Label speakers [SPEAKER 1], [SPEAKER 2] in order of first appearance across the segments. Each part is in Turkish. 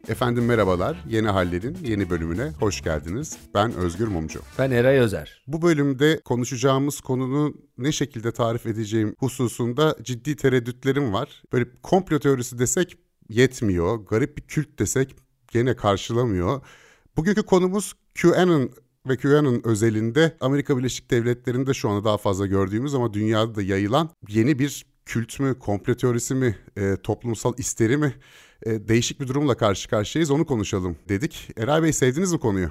[SPEAKER 1] Efendim merhabalar, Yeni Haller'in yeni bölümüne hoş geldiniz. Ben Özgür Mumcu.
[SPEAKER 2] Ben Eray Özer.
[SPEAKER 1] Bu bölümde konuşacağımız konunun ne şekilde tarif edeceğim hususunda ciddi tereddütlerim var. Böyle komplo teorisi desek yetmiyor, garip bir kült desek gene karşılamıyor. Bugünkü konumuz QAnon ve QAnon özelinde Amerika Birleşik Devletleri'nde şu anda daha fazla gördüğümüz ama dünyada da yayılan yeni bir kült mü, komplo teorisi mi, toplumsal isteri mi? Değişik bir durumla karşı karşıyayız, onu konuşalım dedik. Eray Bey, sevdiniz mi konuyu?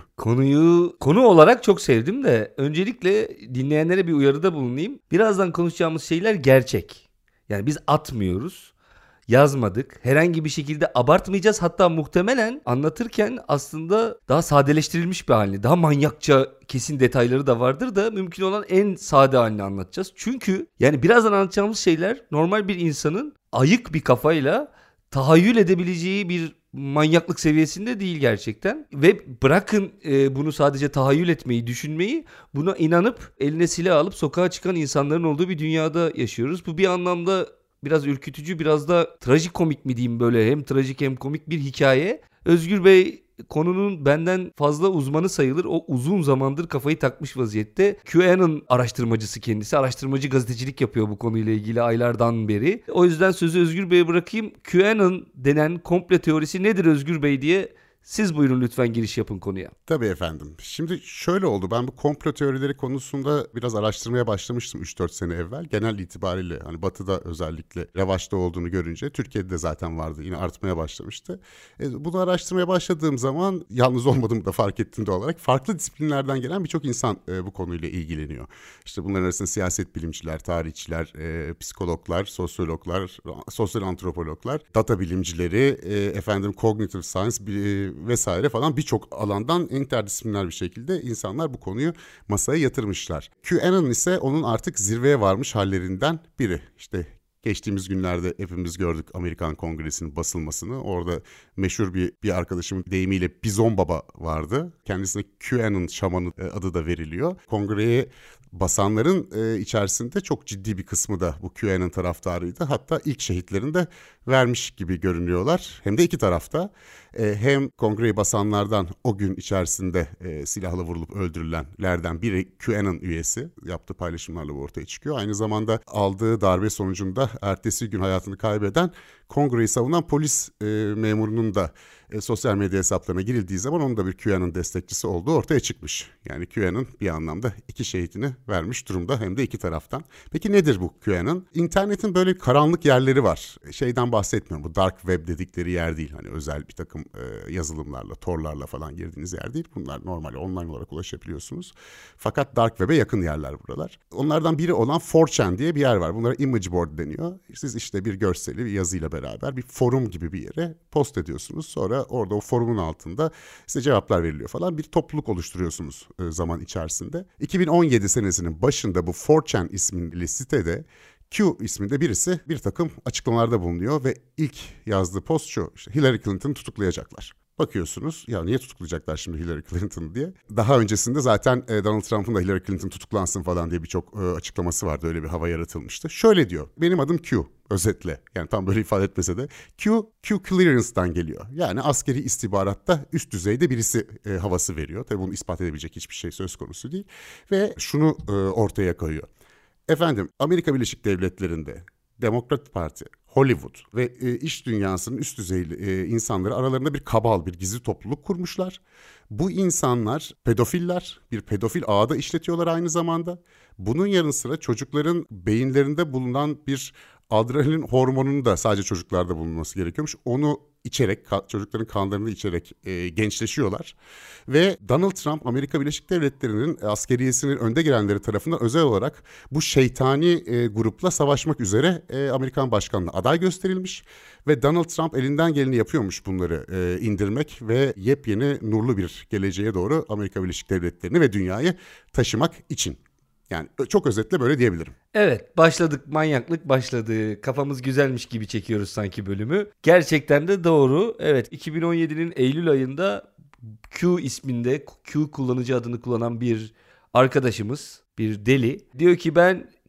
[SPEAKER 2] Konu olarak çok sevdim de öncelikle dinleyenlere bir uyarıda bulunayım. Birazdan konuşacağımız şeyler gerçek. Yani biz atmıyoruz, yazmadık. Herhangi bir şekilde abartmayacağız. Hatta muhtemelen anlatırken aslında daha sadeleştirilmiş bir halini, daha manyakça kesin detayları da vardır da mümkün olan en sade halini anlatacağız. Çünkü yani birazdan anlatacağımız şeyler normal bir insanın ayık bir kafayla tahayyül edebileceği bir manyaklık seviyesinde değil gerçekten. Ve bırakın bunu sadece tahayyül etmeyi, düşünmeyi, buna inanıp eline silah alıp sokağa çıkan insanların olduğu bir dünyada yaşıyoruz. Bu bir anlamda biraz ürkütücü, biraz da trajikomik mi diyeyim, böyle hem trajik hem komik bir hikaye. Özgür Bey konunun benden fazla uzmanı sayılır. O uzun zamandır kafayı takmış vaziyette. QAnon araştırmacısı kendisi. Araştırmacı gazetecilik yapıyor bu konuyla ilgili aylardan beri. O yüzden sözü Özgür Bey'e bırakayım. QAnon denen komplo teorisi nedir Özgür Bey diye siz buyurun lütfen, giriş yapın konuya.
[SPEAKER 1] Tabii efendim. Şimdi şöyle oldu. Ben bu komplo teorileri konusunda biraz araştırmaya başlamıştım 3-4 sene evvel. Genel itibariyle hani Batı'da özellikle revaçta olduğunu görünce, Türkiye'de de zaten vardı, yine artmaya başlamıştı. Bunu araştırmaya başladığım zaman yalnız olmadığımı da fark ettim doğal olarak. Farklı disiplinlerden gelen birçok insan bu konuyla ilgileniyor. İşte bunların arasında siyaset bilimciler, tarihçiler, psikologlar, sosyologlar, sosyal antropologlar, data bilimcileri, cognitive science vesaire falan birçok alandan interdisipliner bir şekilde insanlar bu konuyu masaya yatırmışlar. QAnon ise onun artık zirveye varmış hallerinden biri. İşte geçtiğimiz günlerde hepimiz gördük Amerikan Kongresi'nin basılmasını. Orada meşhur bir arkadaşımın deyimiyle Bizon Baba vardı. Kendisine QAnon şamanı adı da veriliyor. Kongreye basanların içerisinde çok ciddi bir kısmı da bu QAnon taraftarıydı. Hatta ilk şehitlerini de vermiş gibi görünüyorlar. Hem de iki tarafta. Hem kongreyi basanlardan o gün içerisinde silahla vurulup öldürülenlerden biri QAnon üyesi. Yaptığı paylaşımlarla bu ortaya çıkıyor. Aynı zamanda aldığı darbe sonucunda ertesi gün hayatını kaybeden kongreyi savunan polis memurunun da sosyal medya hesaplarına girildiği zaman onun da bir QAnon destekçisi olduğu ortaya çıkmış. Yani QAnon bir anlamda iki şehitini vermiş durumda, hem de iki taraftan. Peki nedir bu QAnon? İnternetin böyle karanlık yerleri var. Şeyden bahsetmiyorum, bu dark web dedikleri yer değil. Hani özel bir takım yazılımlarla, torlarla falan girdiğiniz yer değil. Bunlar normal online olarak ulaşabiliyorsunuz. Fakat dark web'e yakın yerler buralar. Onlardan biri olan 4chan diye bir yer var. Bunlara image board deniyor. Siz işte bir görseli, bir yazıyla beraber bir forum gibi bir yere post ediyorsunuz. Sonra orada o forumun altında size cevaplar veriliyor falan. Bir topluluk oluşturuyorsunuz zaman içerisinde. 2017 senesinin başında bu 4chan isimli sitede Q isminde birisi bir takım açıklamalarda bulunuyor ve ilk yazdığı post şu: işte Hillary Clinton'ı tutuklayacaklar. Bakıyorsunuz, ya niye tutuklayacaklar şimdi Hillary Clinton'ı diye. Daha öncesinde zaten Donald Trump'ın da Hillary Clinton tutuklansın falan diye birçok açıklaması vardı. Öyle bir hava yaratılmıştı. Şöyle diyor: benim adım Q, özetle. Yani tam böyle ifade etmese de Q clearance'dan geliyor. Yani askeri istihbaratta üst düzeyde birisi havası veriyor. Tabii bunu ispat edebilecek hiçbir şey söz konusu değil. Ve şunu ortaya koyuyor. Efendim, Amerika Birleşik Devletleri'nde Demokrat Parti, Hollywood ve iş dünyasının üst düzeyli insanları aralarında bir kabal, bir gizli topluluk kurmuşlar. Bu insanlar pedofiller, bir pedofil ağda işletiyorlar aynı zamanda. Bunun yanı sıra çocukların beyinlerinde bulunan bir adrenalin hormonunun da sadece çocuklarda bulunması gerekiyormuş. Onu içerek, çocukların kanlarını içerek gençleşiyorlar. Ve Donald Trump, Amerika Birleşik Devletleri'nin askeriyesinin önde gelenleri tarafından özel olarak bu şeytani grupla savaşmak üzere Amerikan başkanlığına aday gösterilmiş. Ve Donald Trump elinden geleni yapıyormuş bunları indirmek ve yepyeni nurlu bir geleceğe doğru Amerika Birleşik Devletleri'ni ve dünyayı taşımak için. Yani çok özetle böyle diyebilirim.
[SPEAKER 2] Evet, başladık, manyaklık başladı. Kafamız güzelmiş gibi çekiyoruz sanki bölümü. Gerçekten de doğru. Evet, 2017'nin Eylül ayında Q isminde, Q kullanıcı adını kullanan bir arkadaşımız, bir deli diyor ki ben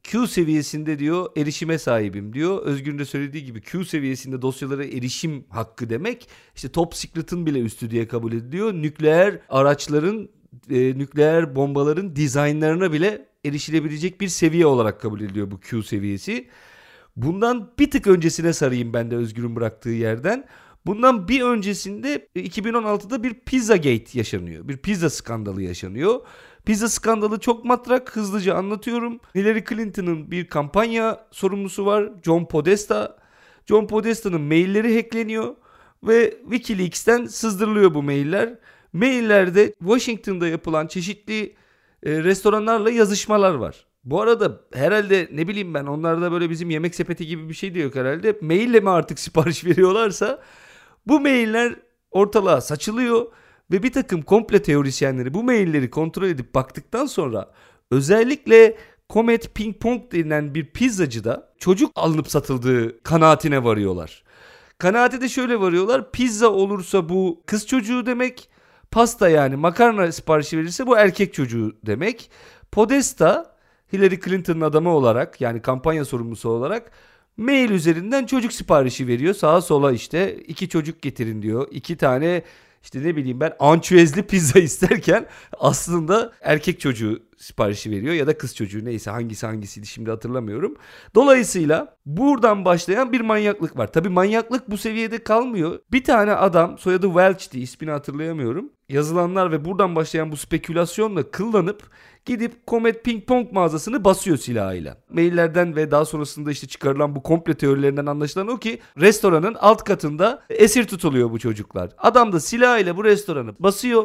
[SPEAKER 2] Q seviyesinde diyor erişime sahibim diyor. Özgür'ün de söylediği gibi Q seviyesinde dosyalara erişim hakkı demek. İşte top secret'ın bile üstü diye kabul ediliyor. Nükleer araçların, nükleer bombaların dizaynlarına bile erişilebilecek bir seviye olarak kabul ediliyor bu Q seviyesi. Bundan bir tık öncesine sarayım ben de Özgür'ün bıraktığı yerden. Bundan bir öncesinde 2016'da bir Pizzagate yaşanıyor. Bir pizza skandalı yaşanıyor. Pizza skandalı çok matrak, hızlıca anlatıyorum. Hillary Clinton'ın bir kampanya sorumlusu var, John Podesta. John Podesta'nın mailleri hackleniyor ve WikiLeaks'ten sızdırılıyor bu mailler. Maillerde Washington'da yapılan çeşitli restoranlarla yazışmalar var. Bu arada herhalde ne bileyim ben, onlarda böyle bizim yemek sepeti gibi bir şey de yok herhalde. Maille mi artık sipariş veriyorlarsa bu mailler ortalığa saçılıyor ve bir takım komple teorisyenleri bu mailleri kontrol edip baktıktan sonra özellikle Comet Ping Pong denilen bir pizzacıda çocuk alınıp satıldığı kanaatine varıyorlar. Kanaate de şöyle varıyorlar: pizza olursa bu kız çocuğu demek, pasta yani makarna siparişi verirse bu erkek çocuğu demek. Podesta Hillary Clinton'ın adamı olarak, yani kampanya sorumlusu olarak mail üzerinden çocuk siparişi veriyor. Sağa sola işte 2 çocuk getirin diyor. 2 tane işte ne bileyim ben ançüezli pizza isterken aslında erkek çocuğu siparişi veriyor ya da kız çocuğu, neyse hangisiydi şimdi hatırlamıyorum. Dolayısıyla buradan başlayan bir manyaklık var. Tabii manyaklık bu seviyede kalmıyor. Bir tane adam, soyadı Welch'ti, ismini hatırlayamıyorum. Yazılanlar ve buradan başlayan bu spekülasyonla kıllanıp gidip Comet Ping Pong mağazasını basıyor silahıyla. Maillerden ve daha sonrasında işte çıkarılan bu komple teorilerinden anlaşılan o ki restoranın alt katında esir tutuluyor bu çocuklar. Adam da silahıyla bu restoranı basıyor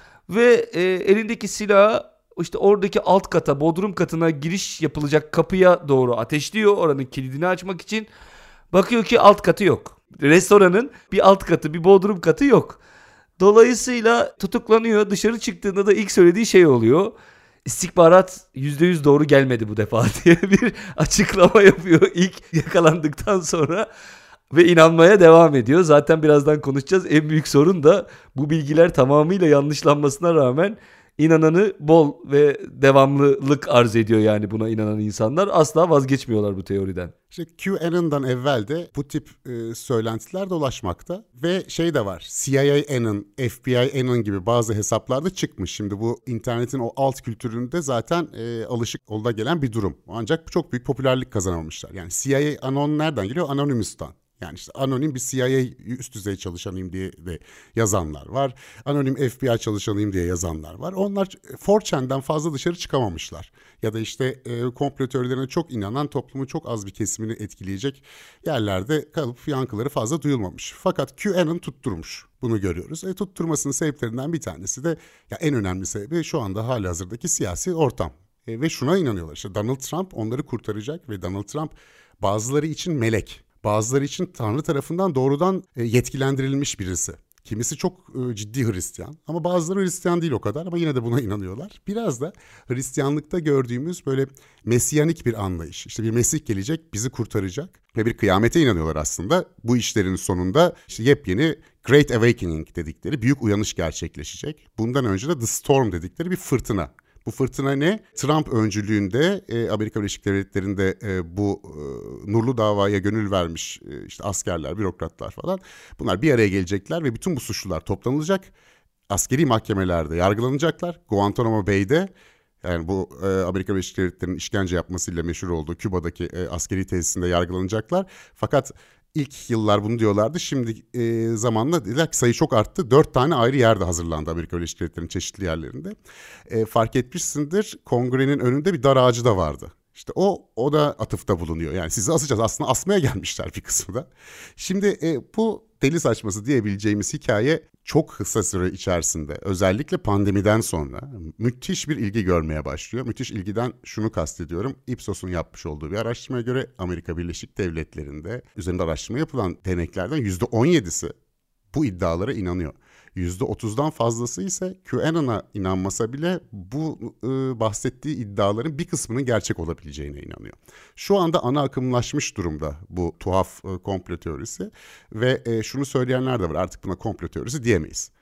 [SPEAKER 2] ve elindeki silahı işte oradaki alt kata, bodrum katına giriş yapılacak kapıya doğru ateşliyor oranın kilidini açmak için. Bakıyor ki alt katı yok. Restoranın bir alt katı, bir bodrum katı yok. Dolayısıyla tutuklanıyor. Dışarı çıktığında da ilk söylediği şey oluyor: İstihbarat %100 doğru gelmedi bu defa diye bir açıklama yapıyor ilk yakalandıktan sonra ve inanmaya devam ediyor. Zaten birazdan konuşacağız. En büyük sorun da bu bilgiler tamamıyla yanlışlanmasına rağmen inananı bol ve devamlılık arz ediyor, yani buna inanan insanlar asla vazgeçmiyorlar bu teoriden.
[SPEAKER 1] İşte QAnon'dan evvel de bu tip söylentiler dolaşmakta ve şey de var, CIA-Anon, FBI-Anon gibi bazı hesaplarda çıkmış. Şimdi bu internetin o alt kültüründe zaten alışık olda gelen bir durum. Ancak çok büyük popülerlik kazanamamışlar. Yani CIA-Anon nereden geliyor? Anonymous'tan. Yani işte anonim bir CIA üst düzey çalışanıyım diye de yazanlar var. Anonim FBI çalışanıyım diye yazanlar var. Onlar 4chan'den fazla dışarı çıkamamışlar. Ya da işte komplo teorilerine çok inanan, toplumun çok az bir kesimini etkileyecek yerlerde kalıp yankıları fazla duyulmamış. Fakat QAnon tutturmuş. Bunu görüyoruz. Tutturmasının sebeplerinden bir tanesi de, ya en önemli sebebi şu anda halihazırdaki siyasi ortam. Ve şuna inanıyorlar: işte Donald Trump onları kurtaracak ve Donald Trump bazıları için melek. Bazıları için Tanrı tarafından doğrudan yetkilendirilmiş birisi. Kimisi çok ciddi Hristiyan ama bazıları Hristiyan değil o kadar, ama yine de buna inanıyorlar. Biraz da Hristiyanlıkta gördüğümüz böyle mesiyanik bir anlayış. İşte bir Mesih gelecek, bizi kurtaracak ve bir kıyamete inanıyorlar aslında. Bu işlerin sonunda işte yepyeni Great Awakening dedikleri büyük uyanış gerçekleşecek. Bundan önce de The Storm dedikleri bir fırtına. Bu fırtına ne? Trump öncülüğünde Amerika Birleşik Devletleri'nde bu nurlu davaya gönül vermiş işte askerler, bürokratlar falan, bunlar bir araya gelecekler ve bütün bu suçlular toplanılacak. Askeri mahkemelerde yargılanacaklar. Guantanamo Bay'de, yani bu Amerika Birleşik Devletleri'nin işkence yapmasıyla meşhur olduğu Küba'daki askeri tesisinde yargılanacaklar. Fakat İlk yıllar bunu diyorlardı. Şimdi zamanla dediler ki sayı çok arttı. 4 tane ayrı yerde hazırlandı Amerika Birleşik Devletleri'nin çeşitli yerlerinde. Fark etmişsindir, kongrenin önünde bir dar ağacı da vardı. İşte o da atıfta bulunuyor. Yani sizi asacağız. Aslında asmaya gelmişler bir kısmı da. Şimdi bu deli saçması diyebileceğimiz hikaye çok kısa süre içerisinde, özellikle pandemiden sonra müthiş bir ilgi görmeye başlıyor. Müthiş ilgiden şunu kastediyorum: Ipsos'un yapmış olduğu bir araştırmaya göre Amerika Birleşik Devletleri'nde üzerinde araştırma yapılan deneklerden %17'si bu iddialara inanıyor. %30'dan fazlası ise QAnon'a inanmasa bile bu bahsettiği iddiaların bir kısmının gerçek olabileceğine inanıyor. Şu anda ana akımlaşmış durumda bu tuhaf komplo teorisi ve şunu söyleyenler de var: artık buna komplo teorisi diyemeyiz.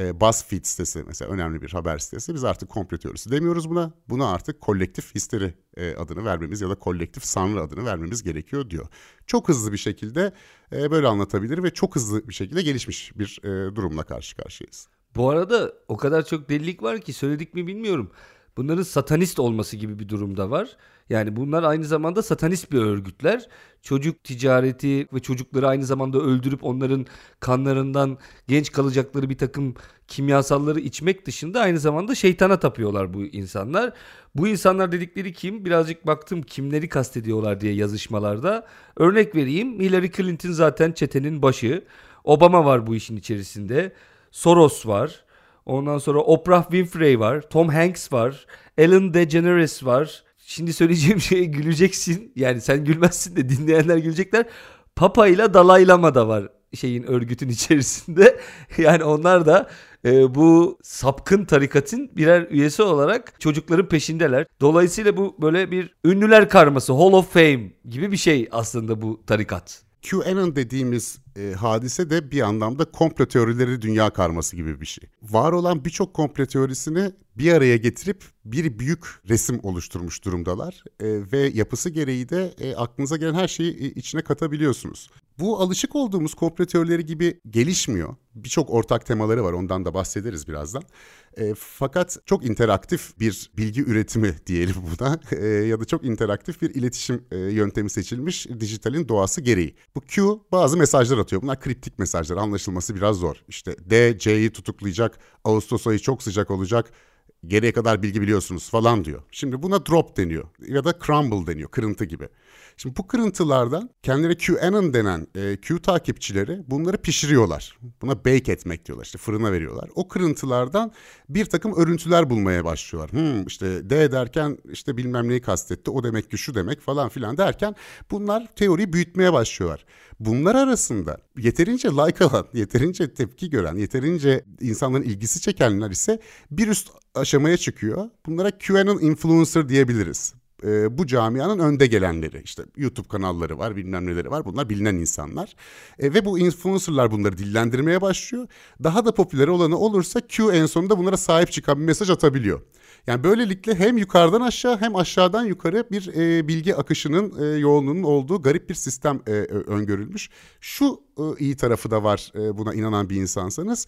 [SPEAKER 1] BuzzFeed sitesi mesela önemli bir haber sitesi. Biz artık komplo teorisi demiyoruz buna. Buna artık kolektif histeri adını vermemiz ya da kolektif sanrı adını vermemiz gerekiyor diyor. Çok hızlı bir şekilde böyle anlatabilir ve çok hızlı bir şekilde gelişmiş bir durumla karşı karşıyayız.
[SPEAKER 2] Bu arada o kadar çok delilik var ki söyledik mi bilmiyorum. Bunların satanist olması gibi bir durumda var. Yani bunlar aynı zamanda satanist bir örgütler. Çocuk ticareti ve çocukları aynı zamanda öldürüp onların kanlarından genç kalacakları bir takım kimyasalları içmek dışında aynı zamanda şeytana tapıyorlar bu insanlar. Bu insanlar dedikleri kim? Birazcık baktım kimleri kastediyorlar diye yazışmalarda. Örnek vereyim. Hillary Clinton zaten çetenin başı. Obama var bu işin içerisinde. Soros var. Ondan sonra Oprah Winfrey var. Tom Hanks var. Ellen DeGeneres var. Şimdi söyleyeceğim şeye güleceksin. Yani sen gülmezsin de dinleyenler gülecekler. Papa ile Dalai Lama da var örgütün içerisinde. Yani onlar da bu sapkın tarikatın birer üyesi olarak çocukların peşindeler. Dolayısıyla bu böyle bir ünlüler karması, Hall of Fame gibi bir şey aslında bu tarikat.
[SPEAKER 1] QAnon dediğimiz hadise de bir anlamda komplo teorileri dünya karması gibi bir şey. Var olan birçok komplo teorisini bir araya getirip bir büyük resim oluşturmuş durumdalar ve yapısı gereği de aklınıza gelen her şeyi içine katabiliyorsunuz. Bu alışık olduğumuz komplo teorileri gibi gelişmiyor. Birçok ortak temaları var, ondan da bahsederiz birazdan. Fakat çok interaktif bir bilgi üretimi diyelim buna ya da çok interaktif bir iletişim yöntemi seçilmiş dijitalin doğası gereği. Bu Q bazı mesajlar atıyor. Bunlar kriptik mesajlar, anlaşılması biraz zor. İşte D, C'yi tutuklayacak, Ağustos ayı çok sıcak olacak, geriye kadar bilgi biliyorsunuz falan diyor. Şimdi buna drop deniyor ya da crumble deniyor, kırıntı gibi. Şimdi bu kırıntılardan kendileri QAnon denen Q takipçileri bunları pişiriyorlar. Buna bake etmek diyorlar, işte fırına veriyorlar. O kırıntılardan bir takım örüntüler bulmaya başlıyorlar. İşte D derken işte bilmem neyi kastetti, o demek ki şu demek falan filan derken bunlar teoriyi büyütmeye başlıyorlar. Bunlar arasında yeterince like alan, yeterince tepki gören, yeterince insanların ilgisi çekenler ise bir üst aşamaya çıkıyor. Bunlara QAnon influencer diyebiliriz. Bu camianın önde gelenleri, işte YouTube kanalları var, bilmem neleri var, bunlar bilinen insanlar ve bu influencerlar bunları dillendirmeye başlıyor. Daha da popüler olanı olursa Q en sonunda bunlara sahip çıkan bir mesaj atabiliyor. Yani böylelikle hem yukarıdan aşağı hem aşağıdan yukarı bir bilgi akışının yoğunluğunun olduğu garip bir sistem öngörülmüş. Şu iyi tarafı da var, buna inanan bir insansanız.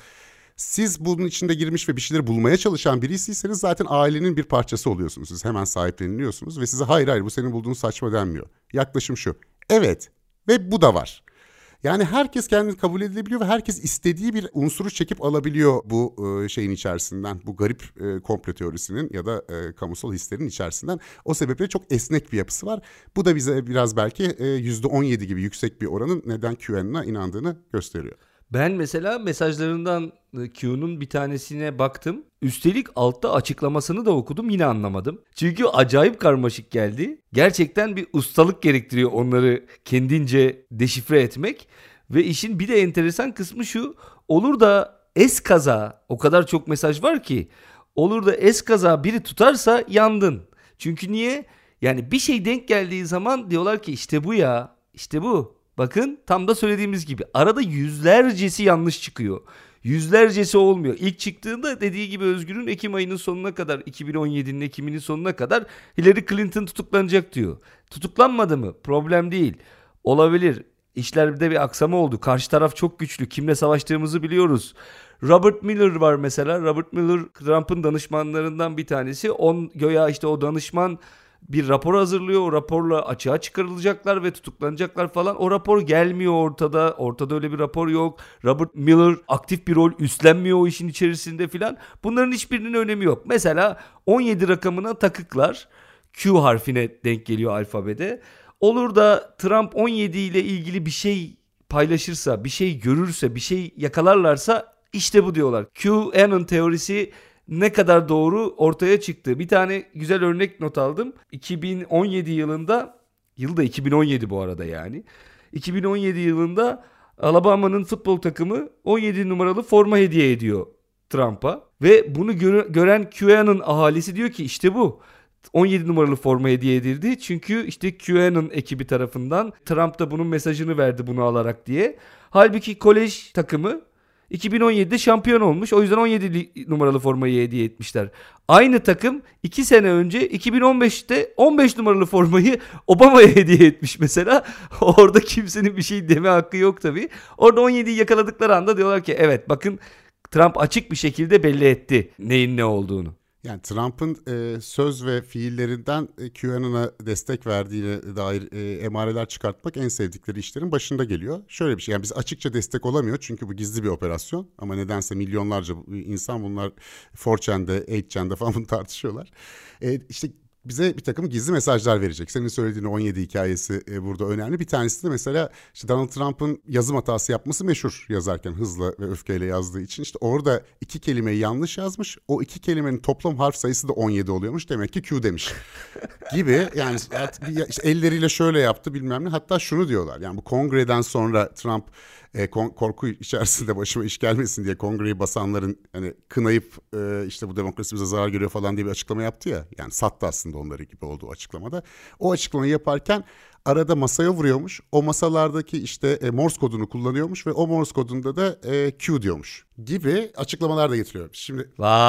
[SPEAKER 1] Siz bunun içinde girmiş ve bir şeyleri bulmaya çalışan birisiyseniz zaten ailenin bir parçası oluyorsunuz. Siz hemen sahipleniliyorsunuz ve size hayır bu senin bulduğun saçma denmiyor. Yaklaşım şu: evet ve bu da var. Yani herkes kendini kabul edilebiliyor ve herkes istediği bir unsuru çekip alabiliyor bu şeyin içerisinden. Bu garip komplo teorisinin ya da kamusal hislerin içerisinden. O sebeple çok esnek bir yapısı var. Bu da bize biraz belki %17 gibi yüksek bir oranın neden QAnon'a inandığını gösteriyor.
[SPEAKER 2] Ben mesela mesajlarından Q'nun bir tanesine baktım. Üstelik altta açıklamasını da okudum, yine anlamadım. Çünkü acayip karmaşık geldi. Gerçekten bir ustalık gerektiriyor onları kendince deşifre etmek. Ve işin bir de enteresan kısmı şu: olur da eskaza, o kadar çok mesaj var ki, olur da eskaza biri tutarsa yandın. Çünkü niye? Yani bir şey denk geldiği zaman diyorlar ki işte bu ya, işte bu. Bakın tam da söylediğimiz gibi arada yüzlercesi yanlış çıkıyor. Yüzlercesi olmuyor. İlk çıktığında dediği gibi Özgür'ün Ekim ayının sonuna kadar, 2017'nin Ekim'inin sonuna kadar Hillary Clinton tutuklanacak diyor. Tutuklanmadı mı? Problem değil. Olabilir. İşlerde bir aksama oldu. Karşı taraf çok güçlü. Kimle savaştığımızı biliyoruz. Robert Mueller var mesela. Robert Mueller Trump'ın danışmanlarından bir tanesi. Göya işte o danışman bir rapor hazırlıyor. O raporla açığa çıkarılacaklar ve tutuklanacaklar falan. O rapor gelmiyor ortada. Ortada öyle bir rapor yok. Robert Mueller aktif bir rol üstlenmiyor o işin içerisinde filan. Bunların hiçbirinin önemi yok. Mesela 17 rakamına takıklar. Q harfine denk geliyor alfabede. Olur da Trump 17 ile ilgili bir şey paylaşırsa, bir şey görürse, bir şey yakalarlarsa işte bu diyorlar. QAnon teorisi ne kadar doğru ortaya çıktı. Bir tane güzel örnek not aldım. 2017 yılında, yılda 2017 bu arada yani. 2017 yılında Alabama'nın futbol takımı 17 numaralı forma hediye ediyor Trump'a. Ve bunu gören QAnon ahalisi diyor ki işte bu. 17 numaralı forma hediye edildi. Çünkü işte QAnon ekibi tarafından Trump da bunun mesajını verdi bunu alarak diye. Halbuki kolej takımı 2017'de şampiyon olmuş. O yüzden 17 numaralı formayı hediye etmişler. Aynı takım 2 sene önce 2015'te 15 numaralı formayı Obama'ya hediye etmiş mesela. Orada kimsenin bir şey deme hakkı yok tabii. Orada 17'yi yakaladıkları anda diyorlar ki evet bakın Trump açık bir şekilde belli etti neyin ne olduğunu.
[SPEAKER 1] Yani Trump'ın söz ve fiillerinden QAnon'a destek verdiğine dair emareler çıkartmak en sevdikleri işlerin başında geliyor. Şöyle bir şey, yani biz açıkça destek olamıyor çünkü bu gizli bir operasyon ama nedense milyonlarca insan bunlar 4chan'de, 8chan'de falan bunu tartışıyorlar. İşte bize bir takım gizli mesajlar verecek. Senin söylediğin 17 hikayesi burada önemli. Bir tanesi de mesela işte Donald Trump'ın yazım hatası yapması meşhur, yazarken hızla ve öfkeyle yazdığı için. İşte orada 2 kelimeyi yanlış yazmış. O 2 kelimenin toplam harf sayısı da 17 oluyormuş. Demek ki Q demiş gibi. Yani işte elleriyle şöyle yaptı bilmem ne. Hatta şunu diyorlar. Yani bu kongreden sonra Trump korku içerisinde başıma iş gelmesin diye kongreyi basanların hani kınayıp işte bu demokrasimize zarar görüyor falan diye bir açıklama yaptı ya. Yani sattı aslında onları gibi olduğu açıklamada. O açıklamayı yaparken arada masaya vuruyormuş. O masalardaki işte Morse kodunu kullanıyormuş ve o Morse kodunda da Q diyormuş gibi açıklamalar da getiriyor. Şimdi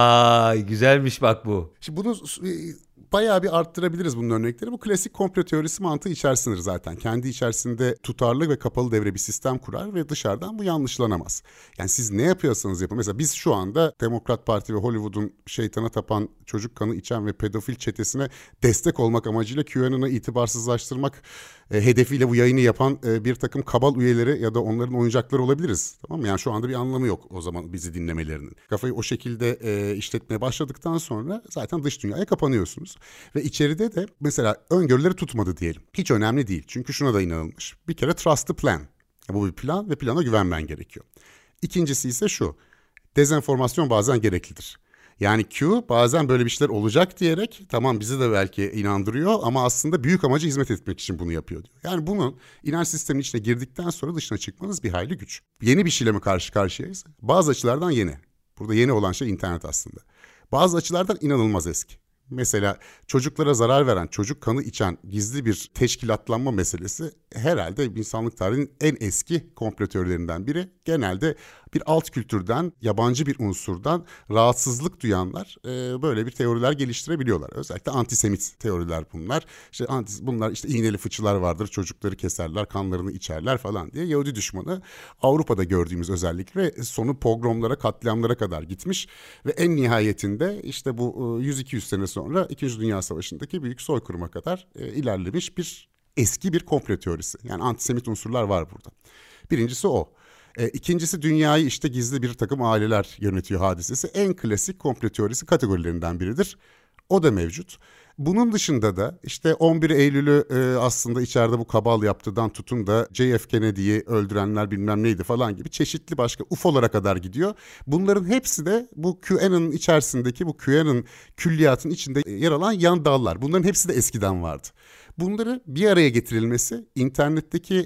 [SPEAKER 2] Vay güzelmiş bak bu.
[SPEAKER 1] Şimdi bunu bayağı bir arttırabiliriz bunun örnekleri. Bu klasik komplo teorisi mantığı içerisindedir zaten. Kendi içerisinde tutarlı ve kapalı devre bir sistem kurar ve dışarıdan bu yanlışlanamaz. Yani siz ne yapıyorsanız yapın. Mesela biz şu anda Demokrat Parti ve Hollywood'un şeytana tapan, çocuk kanı içen ve pedofil çetesine destek olmak amacıyla QAnon'ı itibarsızlaştırmak hedefiyle bu yayını yapan bir takım kabal üyeleri ya da onların oyuncakları olabiliriz. Tamam mı? Yani şu anda bir anlamı yok o zaman bizi dinlemelerinin. Kafayı o şekilde işletmeye başladıktan sonra zaten dış dünyaya kapanıyorsunuz. Ve içeride de mesela öngörüleri tutmadı diyelim. Hiç önemli değil. Çünkü şuna da inanılmış. Bir kere trust the plan. Bu bir plan ve plana güvenmen gerekiyor. İkincisi ise şu. Dezenformasyon bazen gereklidir. Yani Q bazen böyle bir şeyler olacak diyerek tamam bizi de belki inandırıyor ama aslında büyük amaca hizmet etmek için bunu yapıyor diyor. Yani bunun inanç sistemin içine girdikten sonra dışına çıkmanız bir hayli güç. Yeni bir şeyle mi karşı karşıyayız? Bazı açılardan yeni. Burada yeni olan şey internet aslında. Bazı açılardan inanılmaz eski. Mesela çocuklara zarar veren, çocuk kanı içen gizli bir teşkilatlanma meselesi herhalde insanlık tarihinin en eski komplo teorilerinden biri. Genelde bir alt kültürden, yabancı bir unsurdan rahatsızlık duyanlar böyle bir teoriler geliştirebiliyorlar. Özellikle antisemit teoriler bunlar. İşte bunlar işte iğneli fıçılar vardır, çocukları keserler, kanlarını içerler falan diye. Yahudi düşmanı Avrupa'da gördüğümüz özellikle sonu pogromlara, katliamlara kadar gitmiş ve en nihayetinde işte bu 100-200 sene sonra 2. Dünya Savaşı'ndaki büyük soykırıma kadar ilerlemiş eski bir komplo teorisi. Yani antisemit unsurlar var burada. Birincisi o. İkincisi dünyayı işte gizli bir takım aileler yönetiyor hadisesi. En klasik komplo teorisi kategorilerinden biridir. O da mevcut. Bunun dışında da işte 11 Eylül'ü aslında içeride bu kabal yaptıdan tutun da JF Kennedy'yi öldürenler bilmem neydi falan gibi çeşitli başka UFO'lara kadar gidiyor. Bunların hepsi de bu QAnon'ın içerisindeki bu QAnon külliyatın içinde yer alan yan dallar. Bunların hepsi de eskiden vardı. Bunları bir araya getirilmesi, internetteki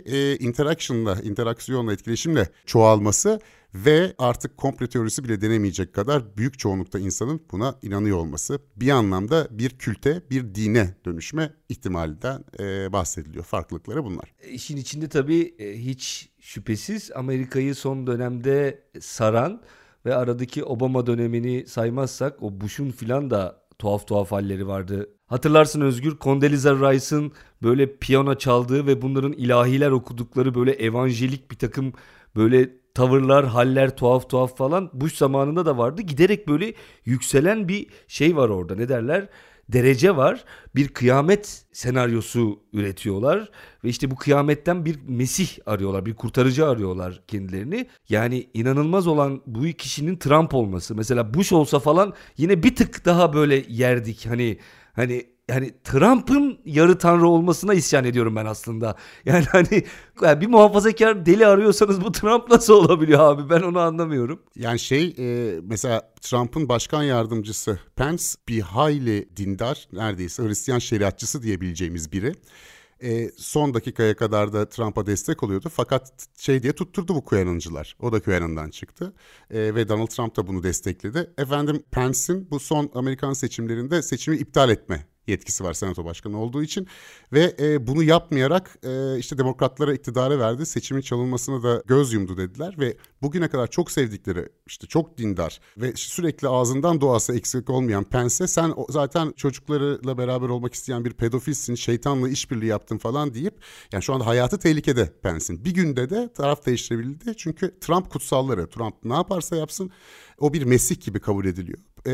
[SPEAKER 1] interaksiyonla, etkileşimle çoğalması ve artık komplo teorisi bile denemeyecek kadar büyük çoğunlukta insanın buna inanıyor olması bir anlamda bir külte, bir dine dönüşme ihtimalinden bahsediliyor. Farklılıkları bunlar.
[SPEAKER 2] İşin içinde tabii hiç şüphesiz Amerika'yı son dönemde saran ve aradaki Obama dönemini saymazsak o Bush'un filan da tuhaf halleri vardı. Hatırlarsın Özgür, Condoleezza Rice'ın böyle piyano çaldığı ve bunların ilahiler okudukları böyle evanjelik bir takım böyle tavırlar, haller tuhaf falan Bush zamanında da vardı. Giderek böyle yükselen bir şey var orada. Ne derler? Derece var. Bir kıyamet senaryosu üretiyorlar ve işte bu kıyametten bir Mesih arıyorlar, bir kurtarıcı arıyorlar kendilerini. Yani inanılmaz olan bu kişinin Trump olması. Mesela Bush olsa falan yine bir tık daha böyle yerdik. Hani Trump'ın yarı tanrı olmasına isyan ediyorum ben aslında. Yani bir muhafazakar deli arıyorsanız bu Trump nasıl olabiliyor abi? Ben onu anlamıyorum.
[SPEAKER 1] Yani mesela Trump'ın başkan yardımcısı Pence bir hayli dindar, neredeyse Hristiyan şeriatçısı diyebileceğimiz biri. Son dakikaya kadar da Trump'a destek oluyordu. Fakat diye tutturdu bu QAnon'cılar. O da QAnon'dan çıktı. Ve Donald Trump da bunu destekledi. Pence'in bu son Amerikan seçimlerinde seçimi iptal etme yetkisi var senato başkanı olduğu için ve bunu yapmayarak işte demokratlara iktidarı verdi. Seçimin çalınmasına da göz yumdu dediler ve bugüne kadar çok sevdikleri, işte çok dindar ve sürekli ağzından duası eksik olmayan Pence'e sen zaten çocuklarıyla beraber olmak isteyen bir pedofilsin, şeytanla işbirliği yaptın falan deyip, yani şu anda hayatı tehlikede Pence'in. Bir günde de taraf değiştirebildi çünkü Trump kutsalları, Trump ne yaparsa yapsın o bir Mesih gibi kabul ediliyor.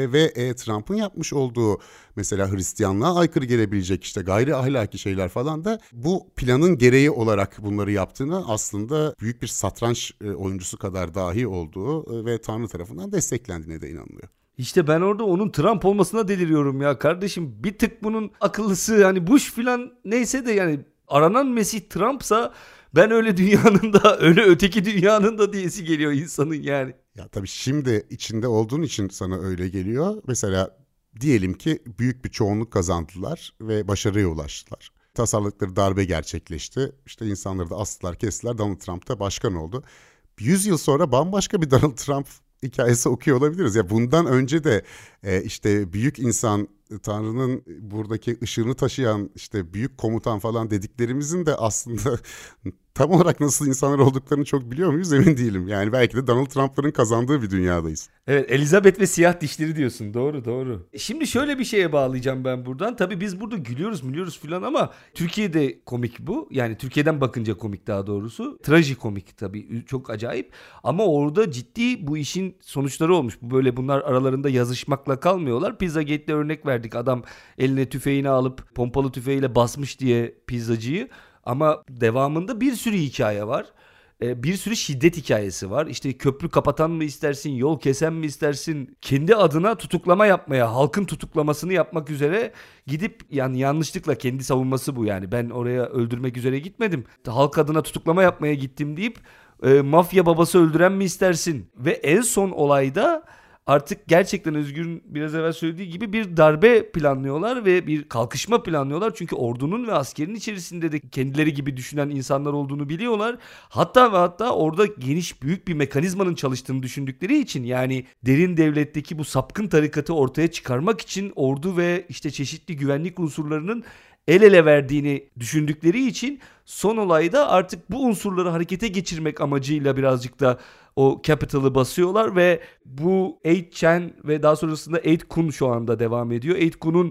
[SPEAKER 1] Ve Trump'ın yapmış olduğu mesela Hristiyanlığa aykırı gelebilecek işte gayri ahlaki şeyler falan da bu planın gereği olarak bunları yaptığını, aslında büyük bir satranç oyuncusu kadar dahi olduğu ve Tanrı tarafından desteklendiğine de inanılıyor.
[SPEAKER 2] İşte ben orada onun Trump olmasına deliriyorum ya kardeşim. Bir tık bunun akıllısı hani Bush filan neyse de yani aranan Mesih Trump'sa ben öyle dünyanın da öyle öteki dünyanın da diyesi geliyor insanın yani.
[SPEAKER 1] Ya tabii şimdi içinde olduğun için sana öyle geliyor. Mesela diyelim ki büyük bir çoğunluk kazandılar ve başarıya ulaştılar. Tasarladıkları darbe gerçekleşti. İşte insanları da astılar, kestiler. Donald Trump da başkan oldu. 100 yıl sonra bambaşka bir Donald Trump hikayesi okuyor olabiliriz. Ya bundan önce de işte büyük insan, Tanrı'nın buradaki ışığını taşıyan işte büyük komutan falan dediklerimizin de aslında tam olarak nasıl insanlar olduklarını çok biliyor muyuz emin değilim. Yani belki de Donald Trump'ların kazandığı bir dünyadayız.
[SPEAKER 2] Evet, Elizabeth ve siyah dişleri diyorsun. Doğru doğru. Şimdi şöyle bir şeye bağlayacağım ben buradan. Tabii biz burada gülüyoruz filan ama Türkiye'de komik bu. Yani Türkiye'den bakınca komik daha doğrusu. Trajikomik tabii, çok acayip. Ama orada ciddi bu işin sonuçları olmuş. Böyle bunlar aralarında yazışmakla kalmıyorlar. Pizzagate'de örnek verdik. Adam eline tüfeğini alıp pompalı tüfeğiyle basmış diye pizzacıyı. Ama devamında bir sürü hikaye var. Bir sürü şiddet hikayesi var. İşte köprü kapatan mı istersin, yol kesen mi istersin? Kendi adına tutuklama yapmaya, halkın tutuklamasını yapmak üzere gidip, yani yanlışlıkla kendi savunması bu yani. Ben oraya öldürmek üzere gitmedim. Halk adına tutuklama yapmaya gittim deyip mafya babası öldüren mi istersin? Ve en son olayda artık gerçekten Özgür'ün biraz evvel söylediği gibi bir darbe planlıyorlar ve bir kalkışma planlıyorlar. Çünkü ordunun ve askerin içerisinde de kendileri gibi düşünen insanlar olduğunu biliyorlar. Hatta orada geniş büyük bir mekanizmanın çalıştığını düşündükleri için, yani derin devletteki bu sapkın tarikatı ortaya çıkarmak için ordu ve işte çeşitli güvenlik unsurlarının el ele verdiğini düşündükleri için son olayda artık bu unsurları harekete geçirmek amacıyla birazcık da o Capitol'ı basıyorlar ve bu 8chan ve daha sonrasında 8kun şu anda devam ediyor. 8kun'un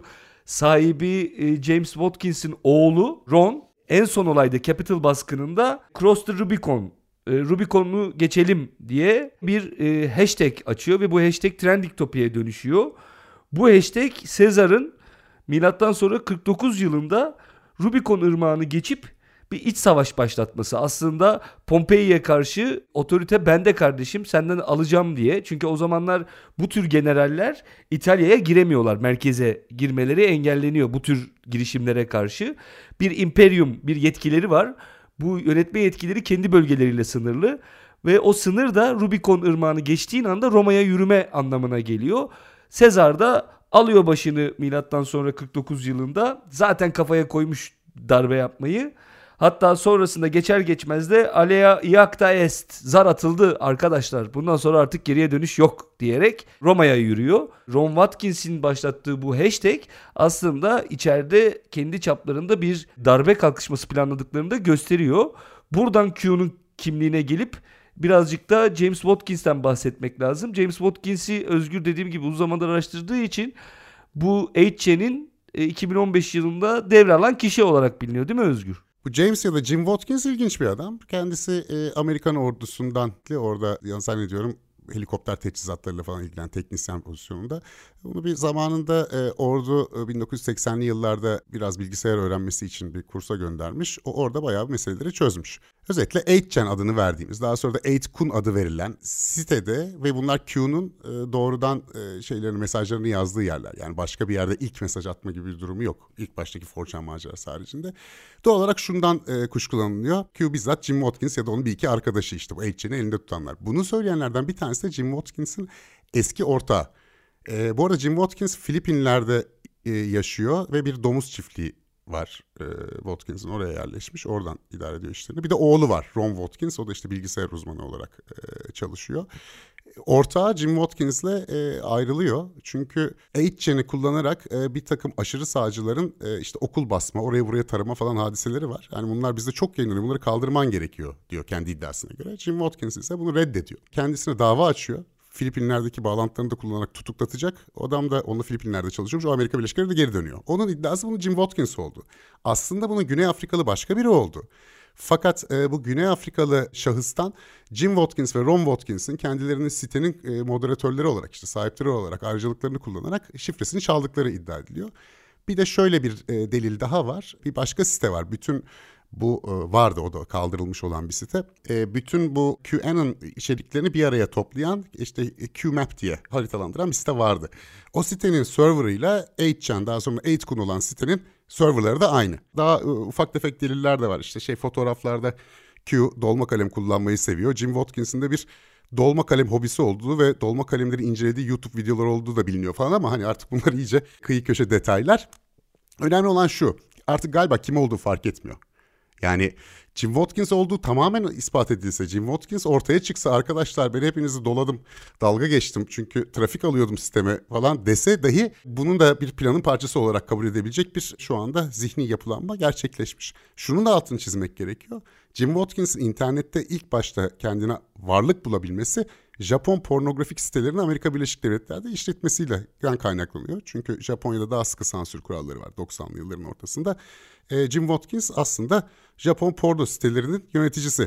[SPEAKER 2] sahibi James Watkins'in oğlu Ron en son olayda Capitol baskınında Cross the Rubicon, Rubicon'u geçelim diye bir hashtag açıyor ve bu hashtag trending topic'e dönüşüyor. Bu hashtag Sezar'ın milattan sonra 49 yılında Rubicon ırmağını geçip bir iç savaş başlatması. Aslında Pompei'ye karşı otorite bende kardeşim, senden alacağım diye. Çünkü o zamanlar bu tür generaller İtalya'ya giremiyorlar. Merkeze girmeleri engelleniyor bu tür girişimlere karşı. Bir imperium, bir yetkileri var. Bu yönetme yetkileri kendi bölgeleriyle sınırlı. Ve o sınır da Rubicon ırmağını geçtiğin anda Roma'ya yürüme anlamına geliyor. Sezar da alıyor başını milattan sonra 49 yılında. Zaten kafaya koymuş darbe yapmayı. Hatta sonrasında geçer geçmez de alea iacta est, zar atıldı arkadaşlar, bundan sonra artık geriye dönüş yok diyerek Roma'ya yürüyor. Ron Watkins'in başlattığı bu hashtag aslında içeride kendi çaplarında bir darbe kalkışması planladıklarını da gösteriyor. Buradan Q'nun kimliğine gelip birazcık da James Watkins'ten bahsetmek lazım. James Watkins'i Özgür dediğim gibi uzun zamandır araştırdığı için bu 8chan'in 2015 yılında devralan kişi olarak biliniyor değil mi Özgür?
[SPEAKER 1] Bu James ya da Jim Watkins ilginç bir adam. Kendisi Amerikan ordusundan, orada zannediyorum helikopter teçhizatlarıyla falan ilgilenen teknisyen pozisyonunda. Bunu bir zamanında ordu 1980'li yıllarda biraz bilgisayar öğrenmesi için bir kursa göndermiş. O orada bayağı meseleleri çözmüş. Özellikle 8chan adını verdiğimiz, daha sonra da 8kun adı verilen sitede ve bunlar Q'nun doğrudan mesajlarını yazdığı yerler. Yani başka bir yerde ilk mesaj atma gibi bir durumu yok. İlk baştaki 4chan macerası haricinde. Doğal olarak şundan kuşkulanılıyor. Q bizzat Jim Watkins ya da onun bir iki arkadaşı, işte bu 8chan'i elinde tutanlar. Bunu söyleyenlerden bir tanesi de Jim Watkins'in eski ortağı. Bu arada Jim Watkins Filipinler'de yaşıyor ve bir domuz çiftliği var. Watkins'in oraya yerleşmiş. Oradan idare ediyor işlerini. Bir de oğlu var, Ron Watkins. O da işte bilgisayar uzmanı olarak çalışıyor. ortağı Jim Watkins'le ayrılıyor. Çünkü 8chan'i kullanarak bir takım aşırı sağcıların işte okul basma, oraya buraya tarama falan hadiseleri var. Yani bunlar bizde çok yayınlanıyor, bunları kaldırman gerekiyor diyor kendi iddiasına göre. Jim Watkins ise bunu reddediyor. Kendisine dava açıyor. Filipinler'deki bağlantılarını da kullanarak tutuklatacak. O adam da onunla Filipinler'de çalışıyormuş. O Amerika Birleşik Devletleri'ne geri dönüyor. Onun iddiası bunu Jim Watkins oldu. Aslında bunu Güney Afrikalı başka biri oldu. Fakat bu Güney Afrikalı şahıstan Jim Watkins ve Ron Watkins'in kendilerinin sitenin moderatörleri olarak, işte sahipleri olarak ayrıcalıklarını kullanarak şifresini çaldıkları iddia ediliyor. Bir de şöyle bir delil daha var. Bir başka site var. Bütün bu vardı, o da kaldırılmış olan bir site. Bütün bu QAnon içeriklerini bir araya toplayan, işte QMap diye haritalandıran bir site vardı. O sitenin serverıyla 8chan, daha sonra 8kun olan sitenin serverları da aynı. Daha ufak tefek deliller de var. İşte fotoğraflarda Q dolma kalem kullanmayı seviyor. Jim Watkins'in de bir dolma kalem hobisi olduğu ve dolma kalemleri incelediği YouTube videoları olduğu da biliniyor falan, ama hani artık bunlar iyice kıyı köşe detaylar. Önemli olan şu: artık galiba kim olduğu fark etmiyor. Yani Jim Watkins olduğu tamamen ispat edilse, Jim Watkins ortaya çıksa, arkadaşlar ben hepinizi doladım, dalga geçtim çünkü trafik alıyordum sisteme falan dese dahi, bunun da bir planın parçası olarak kabul edebilecek bir şu anda zihni yapılanma gerçekleşmiş. Şunun da altını çizmek gerekiyor. Jim Watkins'in internette ilk başta kendine varlık bulabilmesi, Japon pornografik sitelerinin Amerika Birleşik Devletleri'nde işletmesiyle kaynaklanıyor. Çünkü Japonya'da daha sıkı sansür kuralları var 90'lı yılların ortasında. Jim Watkins aslında Japon porno sitelerinin yöneticisi.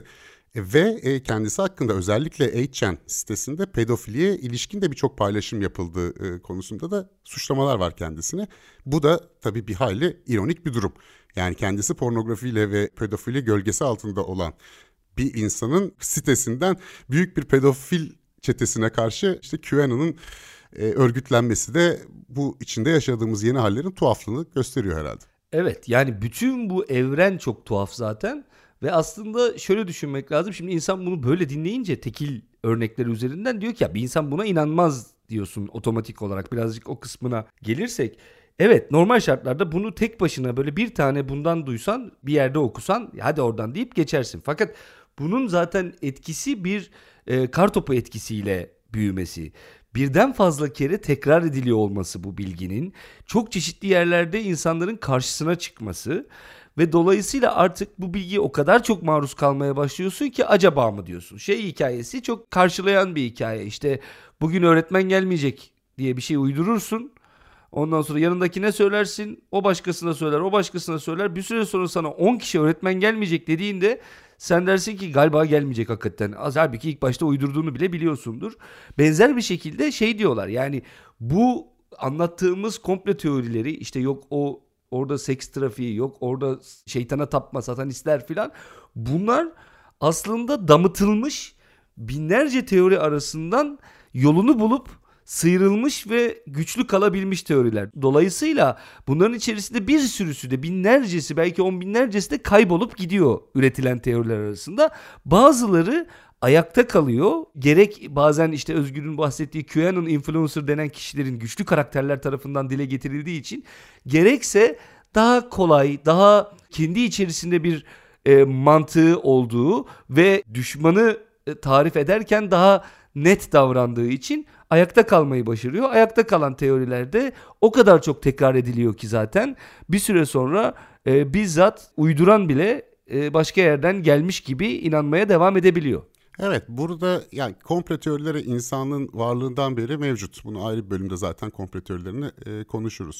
[SPEAKER 1] Ve kendisi hakkında özellikle 8chan sitesinde pedofiliye ilişkin de birçok paylaşım yapıldığı konusunda da suçlamalar var kendisine. Bu da tabii bir hayli ironik bir durum. Yani kendisi pornografiyle ve pedofili gölgesi altında olan bir insanın sitesinden büyük bir pedofil çetesine karşı işte QAnon'un örgütlenmesi de bu içinde yaşadığımız yeni hallerin tuhaflığını gösteriyor herhalde.
[SPEAKER 2] Evet, yani bütün bu evren çok tuhaf zaten ve aslında şöyle düşünmek lazım. Şimdi insan bunu böyle dinleyince tekil örnekleri üzerinden diyor ki ya bir insan buna inanmaz diyorsun otomatik olarak. Birazcık o kısmına gelirsek. Evet, normal şartlarda bunu tek başına böyle bir tane bundan duysan, bir yerde okusan hadi oradan deyip geçersin. Fakat bunun zaten etkisi bir kartopu etkisiyle büyümesi. Birden fazla kere tekrar ediliyor olması bu bilginin, çok çeşitli yerlerde insanların karşısına çıkması ve dolayısıyla artık bu bilgiye o kadar çok maruz kalmaya başlıyorsun ki acaba mı diyorsun. Hikayesi çok karşılayan bir hikaye. İşte bugün öğretmen gelmeyecek diye bir şey uydurursun. Ondan sonra yanındakine söylersin, o başkasına söyler, o başkasına söyler. Bir süre sonra sana 10 kişi öğretmen gelmeyecek dediğinde sen dersin ki galiba gelmeyecek hakikaten. Halbuki ilk başta uydurduğunu bile biliyorsundur. Benzer bir şekilde diyorlar, yani bu anlattığımız komplo teorileri, işte yok o orada seks trafiği, yok orada şeytana tapma, satanistler filan, bunlar aslında damıtılmış binlerce teori arasından yolunu bulup sıyrılmış ve güçlü kalabilmiş teoriler. Dolayısıyla bunların içerisinde bir sürüsü de, binlercesi, belki on binlercesi de kaybolup gidiyor üretilen teoriler arasında. Bazıları ayakta kalıyor. Gerek bazen işte Özgür'ün bahsettiği QAnon influencer denen kişilerin güçlü karakterler tarafından dile getirildiği için, gerekse daha kolay, daha kendi içerisinde bir mantığı olduğu ve düşmanı tarif ederken daha net davrandığı için ayakta kalmayı başarıyor. Ayakta kalan teorilerde o kadar çok tekrar ediliyor ki zaten bir süre sonra bizzat uyduran bile başka yerden gelmiş gibi inanmaya devam edebiliyor.
[SPEAKER 1] Evet, burada yani komplo teorileri insanlığın varlığından beri mevcut. Bunu ayrı bir bölümde zaten komplo teorilerini konuşuruz.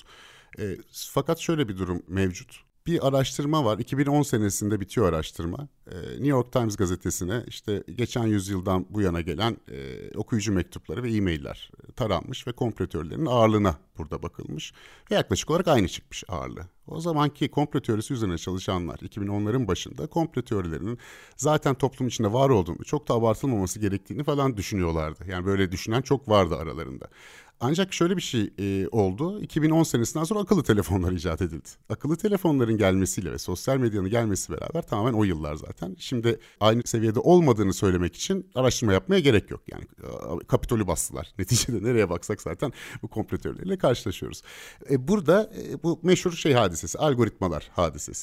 [SPEAKER 1] Fakat şöyle bir durum mevcut. Bir araştırma var. 2010 senesinde bitiyor araştırma. New York Times gazetesine işte geçen yüzyıldan bu yana gelen okuyucu mektupları ve e-mailler taranmış ve komplo teorilerinin ağırlığına burada bakılmış. Ve yaklaşık olarak aynı çıkmış ağırlığı. O zamanki komplo teorisi üzerine çalışanlar 2010'ların başında komplo teorilerinin zaten toplum içinde var olduğunu, çok da abartılmaması gerektiğini falan düşünüyorlardı. Yani böyle düşünen çok vardı aralarında. Ancak şöyle bir şey oldu. 2010 senesinden sonra akıllı telefonlar icat edildi. Akıllı telefonların gelmesiyle ve sosyal medyanın gelmesi beraber, tamamen o yıllar zaten, şimdi aynı seviyede olmadığını söylemek için araştırma yapmaya gerek yok. Yani Kapitol'ü bastılar. Neticede nereye baksak zaten bu komplo teorileriyle karşılaşıyoruz. Burada bu meşhur hadisesi, algoritmalar hadisesi.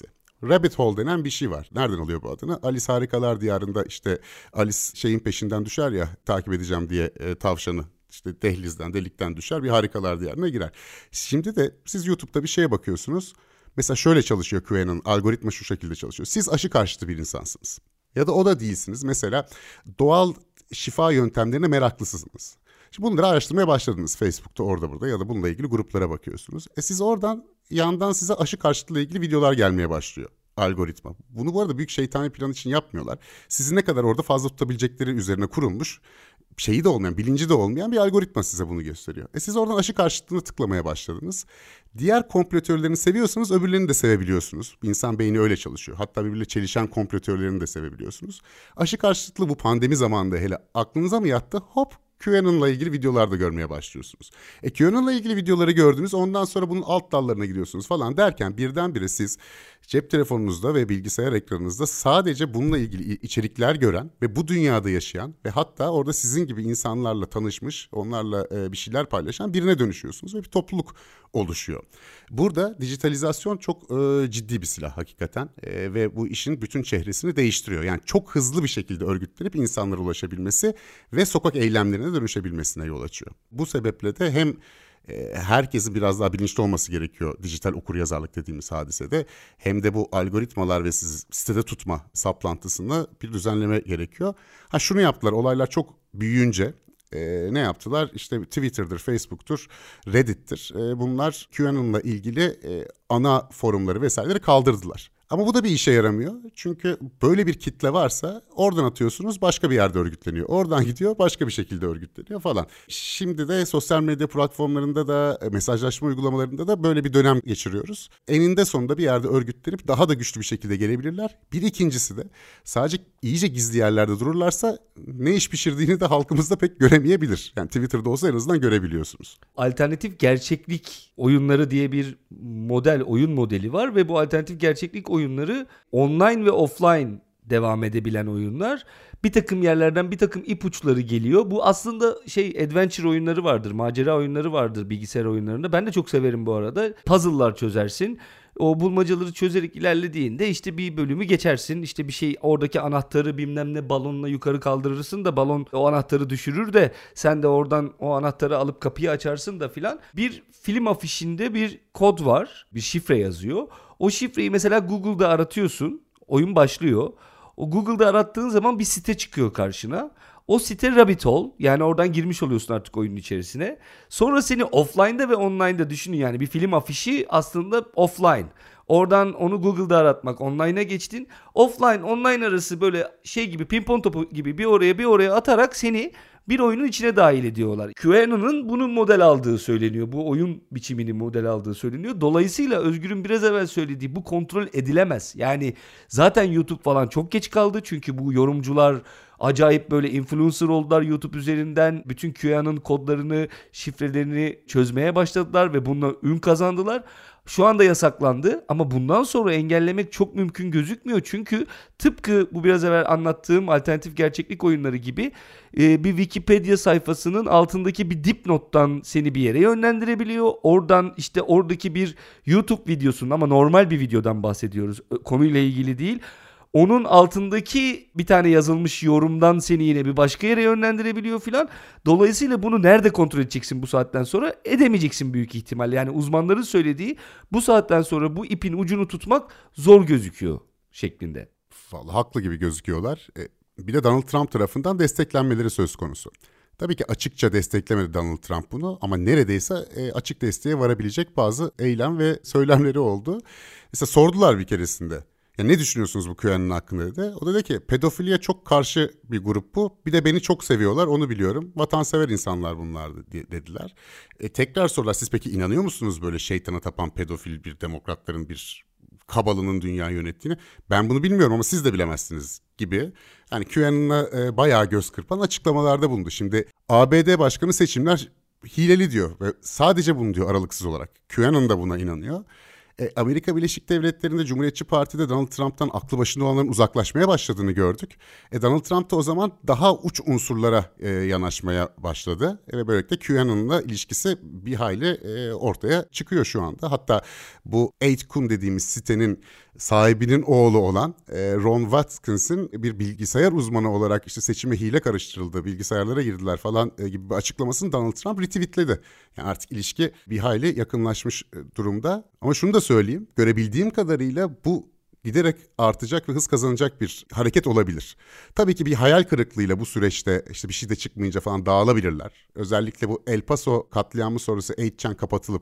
[SPEAKER 1] Rabbit hole denen bir şey var. Nereden alıyor bu adını? Alice Harikalar Diyarı'nda işte Alice şeyin peşinden düşer ya, takip edeceğim diye tavşanı. İşte delikten düşer, bir Harikalar Diyarı'na girer. Şimdi de siz YouTube'da bir şeye bakıyorsunuz. Mesela şöyle çalışıyor QAnon, algoritma şu şekilde çalışıyor. Siz aşı karşıtı bir insansınız. Ya da o da değilsiniz. Mesela doğal şifa yöntemlerine meraklısınız. Şimdi bunları araştırmaya başladınız Facebook'ta, orada burada, ya da bununla ilgili gruplara bakıyorsunuz. Siz oradan yandan size aşı karşıtlığı ilgili videolar gelmeye başlıyor. Algoritma. Bunu bu arada büyük şeytani plan için yapmıyorlar. Sizi ne kadar orada fazla tutabilecekleri üzerine kurulmuş, şeyi de olmayan, bilinci de olmayan bir algoritma size bunu gösteriyor. Siz oradan aşı karşıtlığını tıklamaya başladınız. Diğer komplo teorilerini seviyorsanız öbürlerini de sevebiliyorsunuz. İnsan beyni öyle çalışıyor. Hatta birbiriyle çelişen komplo teorilerini de sevebiliyorsunuz. Aşı karşıtlığı bu pandemi zamanında hele aklınıza mı yattı? Hop, QAnon'la ilgili videolar da görmeye başlıyorsunuz. QAnon'la ilgili videoları gördünüz, ondan sonra bunun alt dallarına gidiyorsunuz falan derken birdenbire siz cep telefonunuzda ve bilgisayar ekranınızda sadece bununla ilgili içerikler gören ve bu dünyada yaşayan ve hatta orada sizin gibi insanlarla tanışmış, onlarla bir şeyler paylaşan birine dönüşüyorsunuz ve bir topluluk oluşuyor. Burada dijitalizasyon çok ciddi bir silah hakikaten ve bu işin bütün çehresini değiştiriyor. Yani çok hızlı bir şekilde örgütlenip insanlara ulaşabilmesi ve sokak eylemlerine dönüşebilmesine yol açıyor. Bu sebeple de hem herkesin biraz daha bilinçli olması gerekiyor dijital okuryazarlık dediğimiz hadisede, hem de bu algoritmalar ve sizi sitede tutma saplantısında bir düzenleme gerekiyor. Şunu yaptılar, olaylar çok büyüyünce ne yaptılar? İşte Twitter'dır, Facebook'tur, Reddit'tir. Bunlar QAnon'la ilgili ana forumları vesaireleri kaldırdılar. Ama bu da bir işe yaramıyor. Çünkü böyle bir kitle varsa oradan atıyorsunuz, başka bir yerde örgütleniyor. Oradan gidiyor, başka bir şekilde örgütleniyor falan. Şimdi de sosyal medya platformlarında da, mesajlaşma uygulamalarında da böyle bir dönem geçiriyoruz. Eninde sonunda bir yerde örgütlenip daha da güçlü bir şekilde gelebilirler. Bir ikincisi de sadece iyice gizli yerlerde dururlarsa ne iş pişirdiğini de halkımızda pek göremeyebilir. Yani Twitter'da olsa en azından görebiliyorsunuz.
[SPEAKER 2] Alternatif gerçeklik oyunları diye bir oyun modeli var ve bu alternatif gerçeklik oyunları online ve offline devam edebilen oyunlar. Bir takım yerlerden bir takım ipuçları geliyor. Bu aslında adventure oyunları vardır, macera oyunları vardır bilgisayar oyunlarında. Ben de çok severim bu arada. Puzzle'lar çözersin. O bulmacaları çözerek ilerlediğinde işte bir bölümü geçersin. İşte bir şey, oradaki anahtarı bilmem ne balonla yukarı kaldırırsın da balon o anahtarı düşürür de sen de oradan o anahtarı alıp kapıyı açarsın da filan. Bir film afişinde bir kod var. Bir şifre yazıyor. O şifreyi mesela Google'da aratıyorsun. Oyun başlıyor. O Google'da arattığın zaman bir site çıkıyor karşına. O site Rabbit Hole, yani oradan girmiş oluyorsun artık oyunun içerisine. Sonra seni offline'da ve online'da düşünün, yani bir film afişi aslında offline. Oradan onu Google'da aratmak, online'a geçtin. Offline, online arası böyle gibi pimpon topu gibi bir oraya bir oraya atarak seni bir oyunun içine dahil ediyorlar. QAnon'un bunu model aldığı söyleniyor. Bu oyun biçimini model aldığı söyleniyor. Dolayısıyla Özgür'ün biraz evvel söylediği bu kontrol edilemez. Yani zaten YouTube falan çok geç kaldı. Çünkü bu yorumcular acayip böyle influencer oldular YouTube üzerinden. Bütün QAnon kodlarını, şifrelerini çözmeye başladılar ve bununla ün kazandılar. Şu anda yasaklandı ama bundan sonra engellemek çok mümkün gözükmüyor. Çünkü tıpkı bu biraz evvel anlattığım alternatif gerçeklik oyunları gibi bir Wikipedia sayfasının altındaki bir dipnottan seni bir yere yönlendirebiliyor. Oradan işte oradaki bir YouTube videosunun, ama normal bir videodan bahsediyoruz, konuyla ilgili değil. Onun altındaki bir tane yazılmış yorumdan seni yine bir başka yere yönlendirebiliyor filan. Dolayısıyla bunu nerede kontrol edeceksin bu saatten sonra? Edemeyeceksin büyük ihtimalle. Yani uzmanların söylediği, bu saatten sonra bu ipin ucunu tutmak zor gözüküyor şeklinde.
[SPEAKER 1] Vallahi haklı gibi gözüküyorlar. Bir de Donald Trump tarafından desteklenmeleri söz konusu. Tabii ki açıkça desteklemedi Donald Trump bunu, ama neredeyse açık desteğe varabilecek bazı eylem ve söylemleri oldu. Mesela sordular bir keresinde. Ya ne düşünüyorsunuz bu QAnon hakkında dedi. O da dedi ki pedofiliye çok karşı bir grup bu. Bir de beni çok seviyorlar, onu biliyorum. Vatansever insanlar bunlar dediler. Tekrar sorular, siz peki inanıyor musunuz böyle şeytana tapan pedofil bir demokratların bir kabalının dünya yönettiğini? Ben bunu bilmiyorum ama siz de bilemezsiniz gibi. Yani QAnon'a bayağı göz kırpan açıklamalarda bulundu. Şimdi ABD Başkanı seçimler hileli diyor ve sadece bunu diyor aralıksız olarak. QAnon da buna inanıyor. Amerika Birleşik Devletleri'nde Cumhuriyetçi Parti'de Donald Trump'tan aklı başında olanların uzaklaşmaya başladığını gördük. Donald Trump da o zaman daha uç unsurlara yanaşmaya başladı. Ve böylelikle QAnon'la ilişkisi bir hayli ortaya çıkıyor şu anda. Hatta bu 8kun dediğimiz sitenin sahibinin oğlu olan Ron Watkins'in bir bilgisayar uzmanı olarak işte seçime hile karıştırıldı, bilgisayarlara girdiler falan gibi bir açıklamasını Donald Trump retweetledi. Yani artık ilişki bir hayli yakınlaşmış durumda. Ama şunu da söyleyeyim, görebildiğim kadarıyla bu giderek artacak ve hız kazanacak bir hareket olabilir. Tabii ki bir hayal kırıklığıyla bu süreçte işte bir şey de çıkmayınca falan dağılabilirler. Özellikle bu El Paso katliamı sonrası 8chan kapatılıp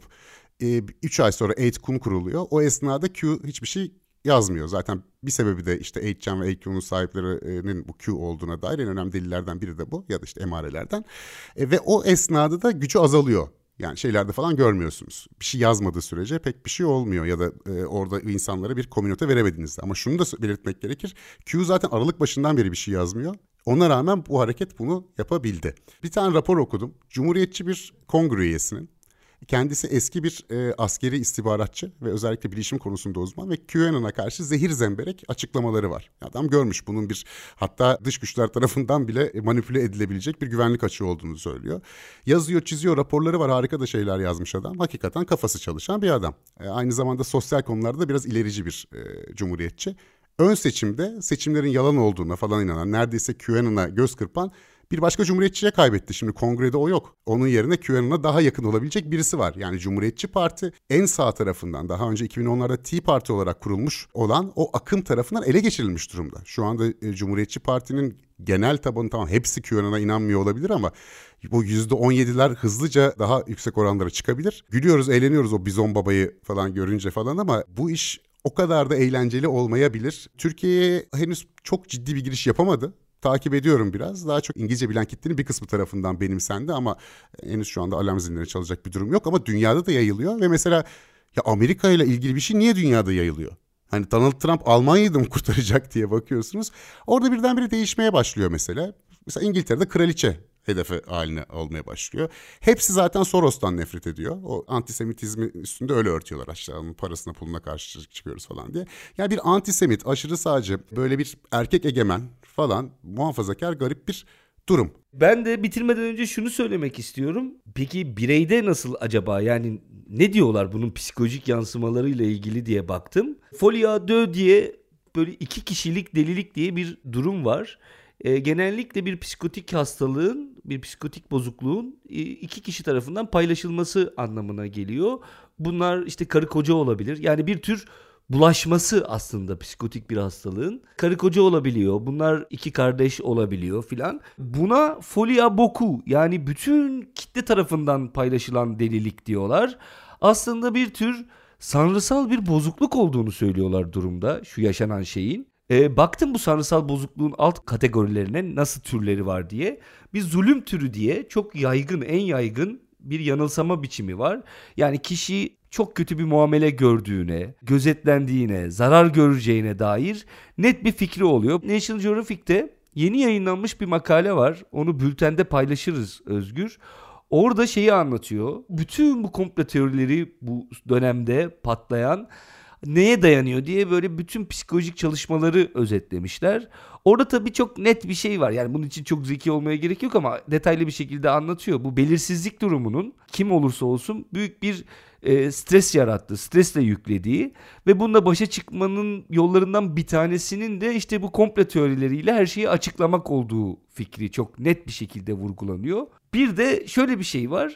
[SPEAKER 1] 3 ay sonra 8kun kuruluyor. O esnada Q hiçbir şey yazmıyor. Zaten bir sebebi de işte 8chan ve 8kun'un sahiplerinin bu Q olduğuna dair en önemli delillerden biri de bu. Ya da işte emarelerden. Ve o esnada da gücü azalıyor. Yani şeylerde falan görmüyorsunuz. Bir şey yazmadığı sürece pek bir şey olmuyor ya da orada insanlara bir komünite veremediğinizde. Ama şunu da belirtmek gerekir. Q zaten Aralık başından beri bir şey yazmıyor. Ona rağmen bu hareket bunu yapabildi. Bir tane rapor okudum. Cumhuriyetçi bir kongre üyesinin. Kendisi eski bir askeri istihbaratçı ve özellikle bilişim konusunda uzman ve QAnon'a karşı zehir zemberek açıklamaları var. Adam görmüş bunun bir hatta dış güçler tarafından bile manipüle edilebilecek bir güvenlik açığı olduğunu söylüyor. Yazıyor, çiziyor, raporları var, harika da şeyler yazmış adam. Hakikaten kafası çalışan bir adam. Aynı zamanda sosyal konularda biraz ilerici bir cumhuriyetçi. Ön seçimde seçimlerin yalan olduğuna falan inanan, neredeyse QAnon'a göz kırpan bir başka cumhuriyetçiye kaybetti. Şimdi kongrede o yok. Onun yerine QAnon'a daha yakın olabilecek birisi var. Yani Cumhuriyetçi Parti en sağ tarafından daha önce 2010'larda Tea Parti olarak kurulmuş olan o akım tarafından ele geçirilmiş durumda. Şu anda Cumhuriyetçi Parti'nin genel tabanı tamam hepsi QAnon'a inanmıyor olabilir ama bu %17'ler hızlıca daha yüksek oranlara çıkabilir. Gülüyoruz, eğleniyoruz o Bizon Baba'yı falan görünce falan ama bu iş o kadar da eğlenceli olmayabilir. Türkiye'ye henüz çok ciddi bir giriş yapamadı. Takip ediyorum biraz. Daha çok İngilizce bilen kitlenin bir kısmı tarafından benimsendi ama henüz şu anda alarm zilleri çalacak bir durum yok. Ama dünyada da yayılıyor ve mesela ya Amerika ile ilgili bir şey niye dünyada yayılıyor? Hani Donald Trump Almanya'yı da mı kurtaracak diye bakıyorsunuz. Orada birdenbire değişmeye başlıyor mesela. Mesela İngiltere'de kraliçe hedefi haline olmaya başlıyor. Hepsi zaten Soros'tan nefret ediyor. O antisemitizmi üstünde öyle örtüyorlar aşağı. Onun parasına puluna karşı çıkıyoruz falan diye. Yani bir antisemit, aşırı sağcı, böyle bir erkek egemen falan muhafazakar garip bir durum.
[SPEAKER 2] Ben de bitirmeden önce şunu söylemek istiyorum. Peki bireyde nasıl acaba? Yani ne diyorlar bunun psikolojik yansımalarıyla ilgili diye baktım. Folie à deux diye böyle 2 kişilik delilik diye bir durum var. Genellikle bir psikotik hastalığın, bir psikotik bozukluğun 2 kişi tarafından paylaşılması anlamına geliyor. Bunlar işte karı koca olabilir. Yani bir tür bulaşması aslında psikotik bir hastalığın. Karı koca olabiliyor. Bunlar 2 kardeş olabiliyor filan. Buna folie à beaucoup yani bütün kitle tarafından paylaşılan delilik diyorlar. Aslında bir tür sanrısal bir bozukluk olduğunu söylüyorlar durumda şu yaşanan şeyin. Baktım bu sanrısal bozukluğun alt kategorilerine nasıl türleri var diye. Bir zulüm türü diye çok yaygın, en yaygın bir yanılsama biçimi var. Yani kişi çok kötü bir muamele gördüğüne, gözetlendiğine, zarar göreceğine dair net bir fikri oluyor. National Geographic'te yeni yayınlanmış bir makale var. Onu bültende paylaşırız Özgür. Orada şeyi anlatıyor. Bütün bu komplo teorileri bu dönemde patlayan neye dayanıyor diye böyle bütün psikolojik çalışmaları özetlemişler. Orada tabii çok net bir şey var. Yani bunun için çok zeki olmaya gerek yok ama detaylı bir şekilde anlatıyor. Bu belirsizlik durumunun kim olursa olsun büyük bir stres yarattığı, stresle yüklediği ve bununla başa çıkmanın yollarından bir tanesinin de işte bu komplo teorileriyle her şeyi açıklamak olduğu fikri çok net bir şekilde vurgulanıyor. Bir de şöyle bir şey var.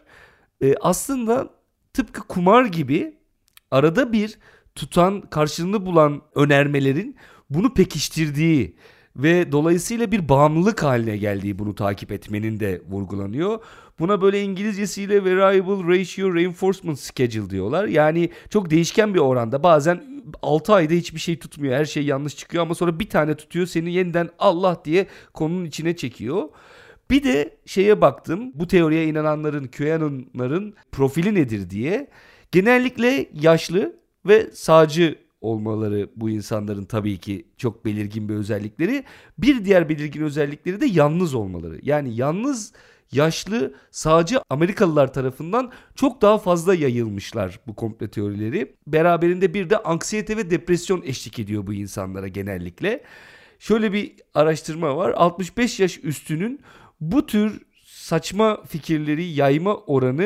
[SPEAKER 2] Aslında tıpkı kumar gibi arada bir tutan, karşılığını bulan önermelerin bunu pekiştirdiği ve dolayısıyla bir bağımlılık haline geldiği bunu takip etmenin de vurgulanıyor. Buna böyle İngilizcesiyle Variable Ratio Reinforcement Schedule diyorlar. Yani çok değişken bir oranda bazen 6 ayda hiçbir şey tutmuyor. Her şey yanlış çıkıyor ama sonra bir tane tutuyor. Seni yeniden Allah diye konunun içine çekiyor. Bir de şeye baktım. Bu teoriye inananların, QAnon'ların profili nedir diye. Genellikle yaşlı ve sağcı olmaları bu insanların tabii ki çok belirgin bir özellikleri. Bir diğer belirgin özellikleri de yalnız olmaları. Yani yalnız, yaşlı, sağcı Amerikalılar tarafından çok daha fazla yayılmışlar bu komplo teorileri. Beraberinde bir de anksiyete ve depresyon eşlik ediyor bu insanlara genellikle. Şöyle bir araştırma var. 65 yaş üstünün bu tür saçma fikirleri yayma oranı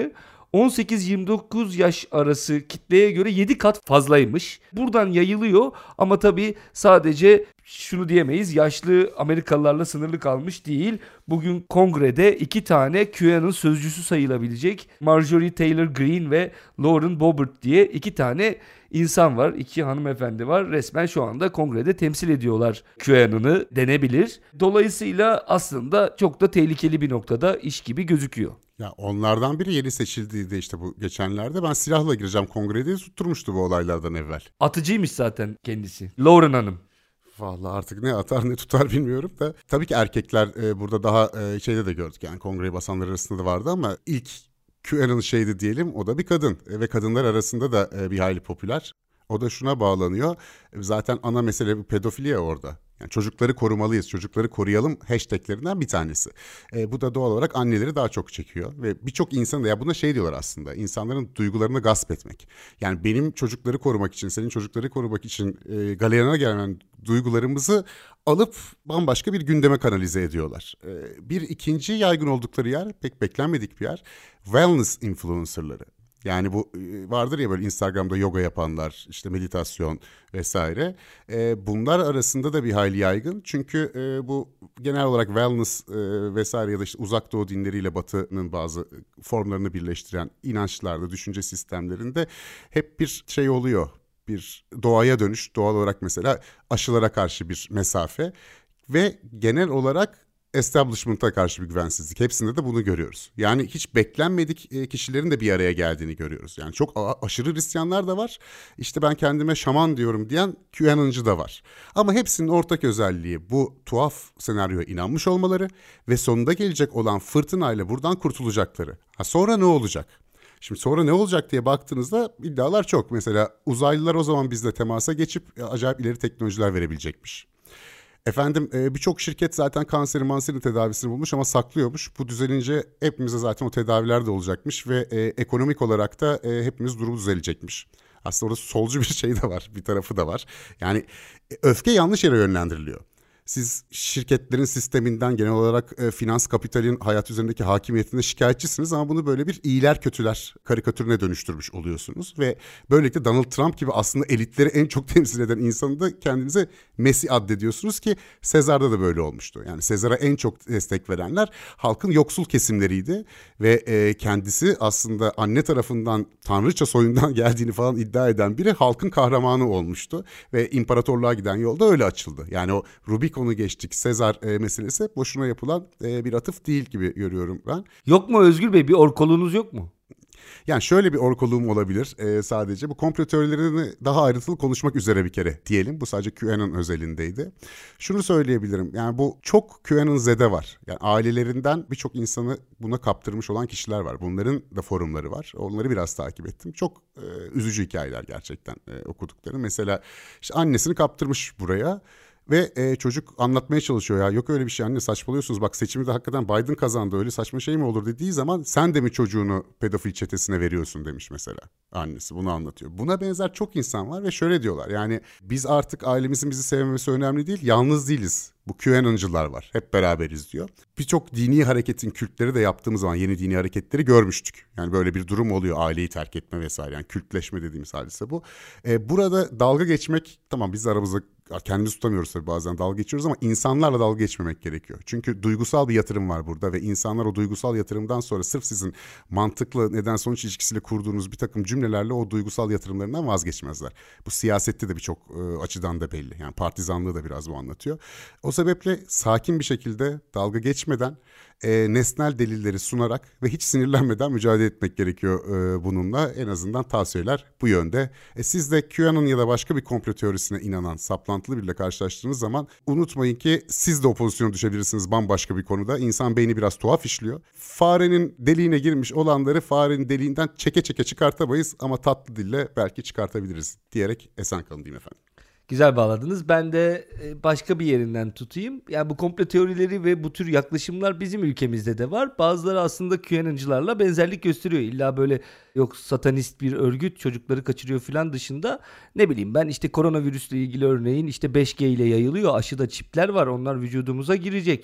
[SPEAKER 2] 18-29 yaş arası kitleye göre 7 kat fazlaymış. Buradan yayılıyor ama tabii sadece şunu diyemeyiz, yaşlı Amerikalılarla sınırlı kalmış değil. Bugün kongrede 2 tane QAnon sözcüsü sayılabilecek Marjorie Taylor Greene ve Lauren Boebert diye 2 tane insan var. 2 hanımefendi var. Resmen şu anda kongrede temsil ediyorlar QAnon'ı denebilir. Dolayısıyla aslında çok da tehlikeli bir noktada iş gibi gözüküyor.
[SPEAKER 1] Ya onlardan biri yeni seçildiydi işte bu geçenlerde. Ben silahla gireceğim kongreye diye tutturmuştu bu olaylardan evvel.
[SPEAKER 2] Atıcıymış zaten kendisi. Lauren Hanım.
[SPEAKER 1] Vallahi artık ne atar ne tutar bilmiyorum da. Tabii ki erkekler burada daha şeyde de gördük, yani kongreye basanlar arasında da vardı ama ilk QAnon şeydi diyelim, o da bir kadın ve kadınlar arasında da bir hayli popüler. O da şuna bağlanıyor. Zaten ana mesele bir pedofili ya orada. Yani çocukları korumalıyız, çocukları koruyalım hashtaglerinden bir tanesi. Bu da doğal olarak anneleri daha çok çekiyor. Ve birçok insan da ya buna şey diyorlar aslında. İnsanların duygularını gasp etmek. Yani benim çocukları korumak için, senin çocukları korumak için galeyana gelen duygularımızı alıp bambaşka bir gündeme kanalize ediyorlar. Bir ikinci yaygın oldukları yer, pek beklenmedik bir yer. Wellness influencerları. Yani bu vardır ya böyle Instagram'da yoga yapanlar, işte meditasyon vesaire. Bunlar arasında da bir hayli yaygın. Çünkü bu genel olarak wellness vesaire ya da işte uzak doğu dinleriyle batının bazı formlarını birleştiren inançlarda, düşünce sistemlerinde hep bir şey oluyor. Bir doğaya dönüş, doğal olarak mesela aşılara karşı bir mesafe ve genel olarak establishment'a karşı bir güvensizlik. Hepsinde de bunu görüyoruz. Yani hiç beklenmedik kişilerin de bir araya geldiğini görüyoruz. Yani çok aşırı Hristiyanlar da var. İşte ben kendime şaman diyorum diyen QAnon'cı da var. Ama hepsinin ortak özelliği bu tuhaf senaryoya inanmış olmaları ve sonunda gelecek olan fırtınayla buradan kurtulacakları. Sonra ne olacak? Şimdi sonra ne olacak diye baktığınızda iddialar çok. Mesela uzaylılar o zaman bizle temasa geçip acayip ileri teknolojiler verebilecekmiş. Efendim birçok şirket zaten kanserin tedavisini bulmuş ama saklıyormuş. Bu düzelince hepimize zaten o tedaviler de olacakmış ve ekonomik olarak da hepimiz durumu düzelecekmiş. Aslında orada solcu bir şey de var, bir tarafı da var. Yani öfke yanlış yere yönlendiriliyor. Siz şirketlerin sisteminden, genel olarak finans kapitalin hayat üzerindeki hakimiyetine şikayetçisiniz ama bunu böyle bir iyiler kötüler karikatürüne dönüştürmüş oluyorsunuz. Ve böylelikle Donald Trump gibi aslında elitleri en çok temsil eden insanı da kendinize Messi addediyorsunuz ki Sezar'da da böyle olmuştu. Yani Sezar'a en çok destek verenler halkın yoksul kesimleriydi ve kendisi aslında anne tarafından tanrıça soyundan geldiğini falan iddia eden biri halkın kahramanı olmuştu. Ve imparatorluğa giden yolda öyle açıldı. Yani o Rubicon'u geçtik, Sezar meselesi boşuna yapılan bir atıf değil gibi görüyorum ben.
[SPEAKER 2] Yok mu Özgür Bey, bir orkoluğunuz yok mu?
[SPEAKER 1] Yani şöyle bir orkoluğum olabilir sadece. Bu komplo teorilerini daha ayrıntılı konuşmak üzere bir kere diyelim. Bu sadece QAnon özelindeydi. Şunu söyleyebilirim. Yani bu çok QAnon zede var. Yani ailelerinden birçok insanı buna kaptırmış olan kişiler var. Bunların da forumları var. Onları biraz takip ettim. Çok üzücü hikayeler gerçekten okudukları. Mesela işte annesini kaptırmış buraya. Ve çocuk anlatmaya çalışıyor, ya yok öyle bir şey anne, saçmalıyorsunuz, bak seçimi de hakikaten Biden kazandı, öyle saçma şey mi olur dediği zaman sen de mi çocuğunu pedofil çetesine veriyorsun demiş mesela annesi, bunu anlatıyor. Buna benzer çok insan var ve şöyle diyorlar, yani biz artık ailemizin bizi sevmemesi önemli değil, yalnız değiliz. Bu QAnon'cılar var. Hep beraberiz diyor. Birçok dini hareketin kültleri de yaptığımız zaman yeni dini hareketleri görmüştük. Yani böyle bir durum oluyor. Aileyi terk etme vesaire. Yani kültleşme dediğimiz hadise bu. Burada dalga geçmek, tamam biz aramızda kendimizi tutamıyoruz tabii, bazen dalga geçiyoruz ama insanlarla dalga geçmemek gerekiyor. Çünkü duygusal bir yatırım var burada ve insanlar o duygusal yatırımdan sonra sırf sizin mantıklı neden sonuç ilişkisiyle kurduğunuz bir takım cümlelerle o duygusal yatırımlarından vazgeçmezler. Bu siyasette de birçok açıdan da belli. Yani partizanlığı da biraz bu anlatıyor. O sebeple sakin bir şekilde dalga geçmeden nesnel delilleri sunarak ve hiç sinirlenmeden mücadele etmek gerekiyor bununla. En azından tavsiyeler bu yönde. Siz de QAnon ya da başka bir komplo teorisine inanan saplantılı biriyle karşılaştığınız zaman unutmayın ki siz de o pozisyona düşebilirsiniz bambaşka bir konuda. İnsan beyni biraz tuhaf işliyor. Farenin deliğine girmiş olanları farenin deliğinden çeke çeke çıkartamayız ama tatlı dille belki çıkartabiliriz diyerek esen kalın diyeyim efendim.
[SPEAKER 2] Güzel bağladınız. Ben de başka bir yerinden tutayım. Yani bu komplo teorileri ve bu tür yaklaşımlar bizim ülkemizde de var. Bazıları aslında QAnon'cılarla benzerlik gösteriyor. İlla böyle yok satanist bir örgüt çocukları kaçırıyor falan dışında. Ne bileyim ben işte koronavirüsle ilgili örneğin işte 5G ile yayılıyor. Aşıda çipler var. Onlar vücudumuza girecek.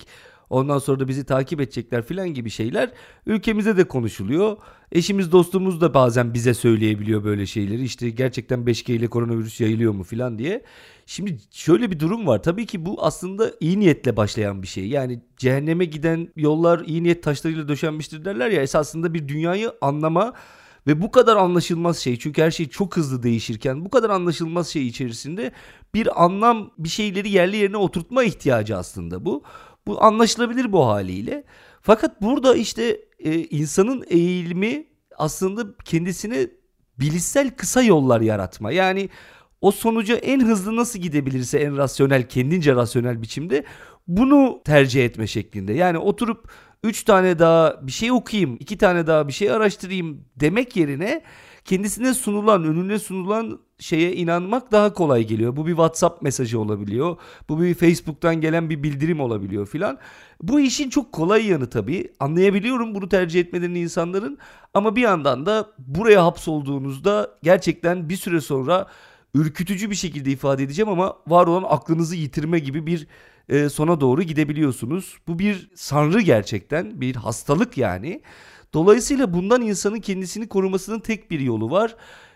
[SPEAKER 2] Ondan sonra da bizi takip edecekler filan gibi şeyler ülkemizde de konuşuluyor. Eşimiz dostumuz da bazen bize söyleyebiliyor böyle şeyleri. İşte gerçekten 5G ile koronavirüs yayılıyor mu filan diye. Şimdi şöyle bir durum var. Tabii ki bu aslında iyi niyetle başlayan bir şey. Yani cehenneme giden yollar iyi niyet taşlarıyla döşenmiştir derler ya. Esasında bir dünyayı anlama ve bu kadar anlaşılmaz şey, çünkü her şey çok hızlı değişirken bu kadar anlaşılmaz şey içerisinde bir anlam, bir şeyleri yerli yerine oturtma ihtiyacı aslında bu. Bu anlaşılabilir bu haliyle. Fakat burada işte insanın eğilimi aslında kendisine bilişsel kısa yollar yaratma. Yani o sonuca en hızlı nasıl gidebilirse en rasyonel, kendince rasyonel biçimde bunu tercih etme şeklinde. Yani oturup 3 tane daha bir şey okuyayım, 2 tane daha bir şey araştırayım demek yerine kendisine sunulan, önüne sunulan şeye inanmak daha kolay geliyor. Bu bir WhatsApp mesajı olabiliyor. Bu bir Facebook'tan gelen bir bildirim olabiliyor filan. Bu işin çok kolay yanı tabii. Anlayabiliyorum bunu tercih etmelerini insanların. Ama bir yandan da buraya hapsolduğunuzda gerçekten bir süre sonra ürkütücü bir şekilde ifade edeceğim ama var olan aklınızı yitirme gibi bir sona doğru gidebiliyorsunuz. Bu bir sanrı gerçekten, bir hastalık yani. Dolayısıyla bundan insanın kendisini korumasının tek bir yolu var.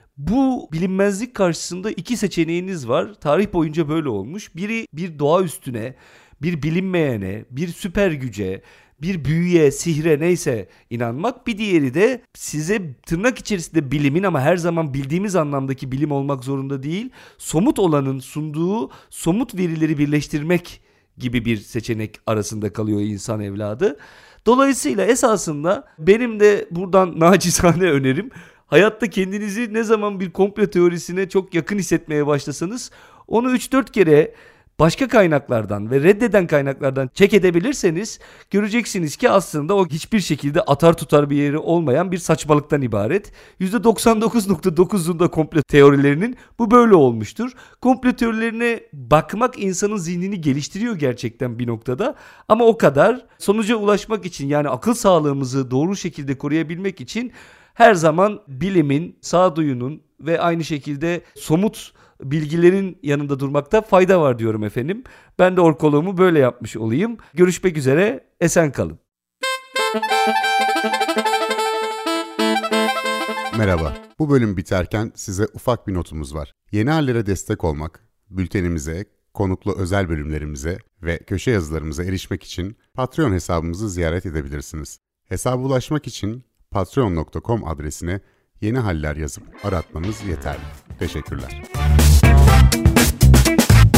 [SPEAKER 2] Bu bilinmezlik karşısında iki seçeneğiniz var. Tarih boyunca böyle olmuş. Biri bir doğa üstüne, bir bilinmeyene, bir süper güce, bir büyüye, sihre neyse inanmak. Bir diğeri de size tırnak içerisinde bilimin ama her zaman bildiğimiz anlamdaki bilim olmak zorunda değil, somut olanın sunduğu somut verileri birleştirmek gibi bir seçenek arasında kalıyor insan evladı. Dolayısıyla esasında benim de buradan nacizane önerim, hayatta kendinizi ne zaman bir komplo teorisine çok yakın hissetmeye başlasanız onu 3-4 kere başka kaynaklardan ve reddeden kaynaklardan check edebilirseniz göreceksiniz ki aslında o hiçbir şekilde atar tutar bir yeri olmayan bir saçmalıktan ibaret. %99.9'unda komplo teorilerinin bu böyle olmuştur. Komplo teorilerine bakmak insanın zihnini geliştiriyor gerçekten bir noktada, ama o kadar. Sonuca ulaşmak için, yani akıl sağlığımızı doğru şekilde koruyabilmek için her zaman bilimin, sağduyunun ve aynı şekilde somut bilgilerin yanında durmakta fayda var diyorum efendim. Ben de orkoluğumu böyle yapmış olayım. Görüşmek üzere, esen kalın.
[SPEAKER 1] Merhaba. Bu bölüm biterken size ufak bir notumuz var. Yeni hallere destek olmak, bültenimize, konuklu özel bölümlerimize ve köşe yazılarımıza erişmek için Patreon hesabımızı ziyaret edebilirsiniz. Hesaba ulaşmak için patreon.com adresine Yeni Haller yazıp aratmanız yeterli. Teşekkürler.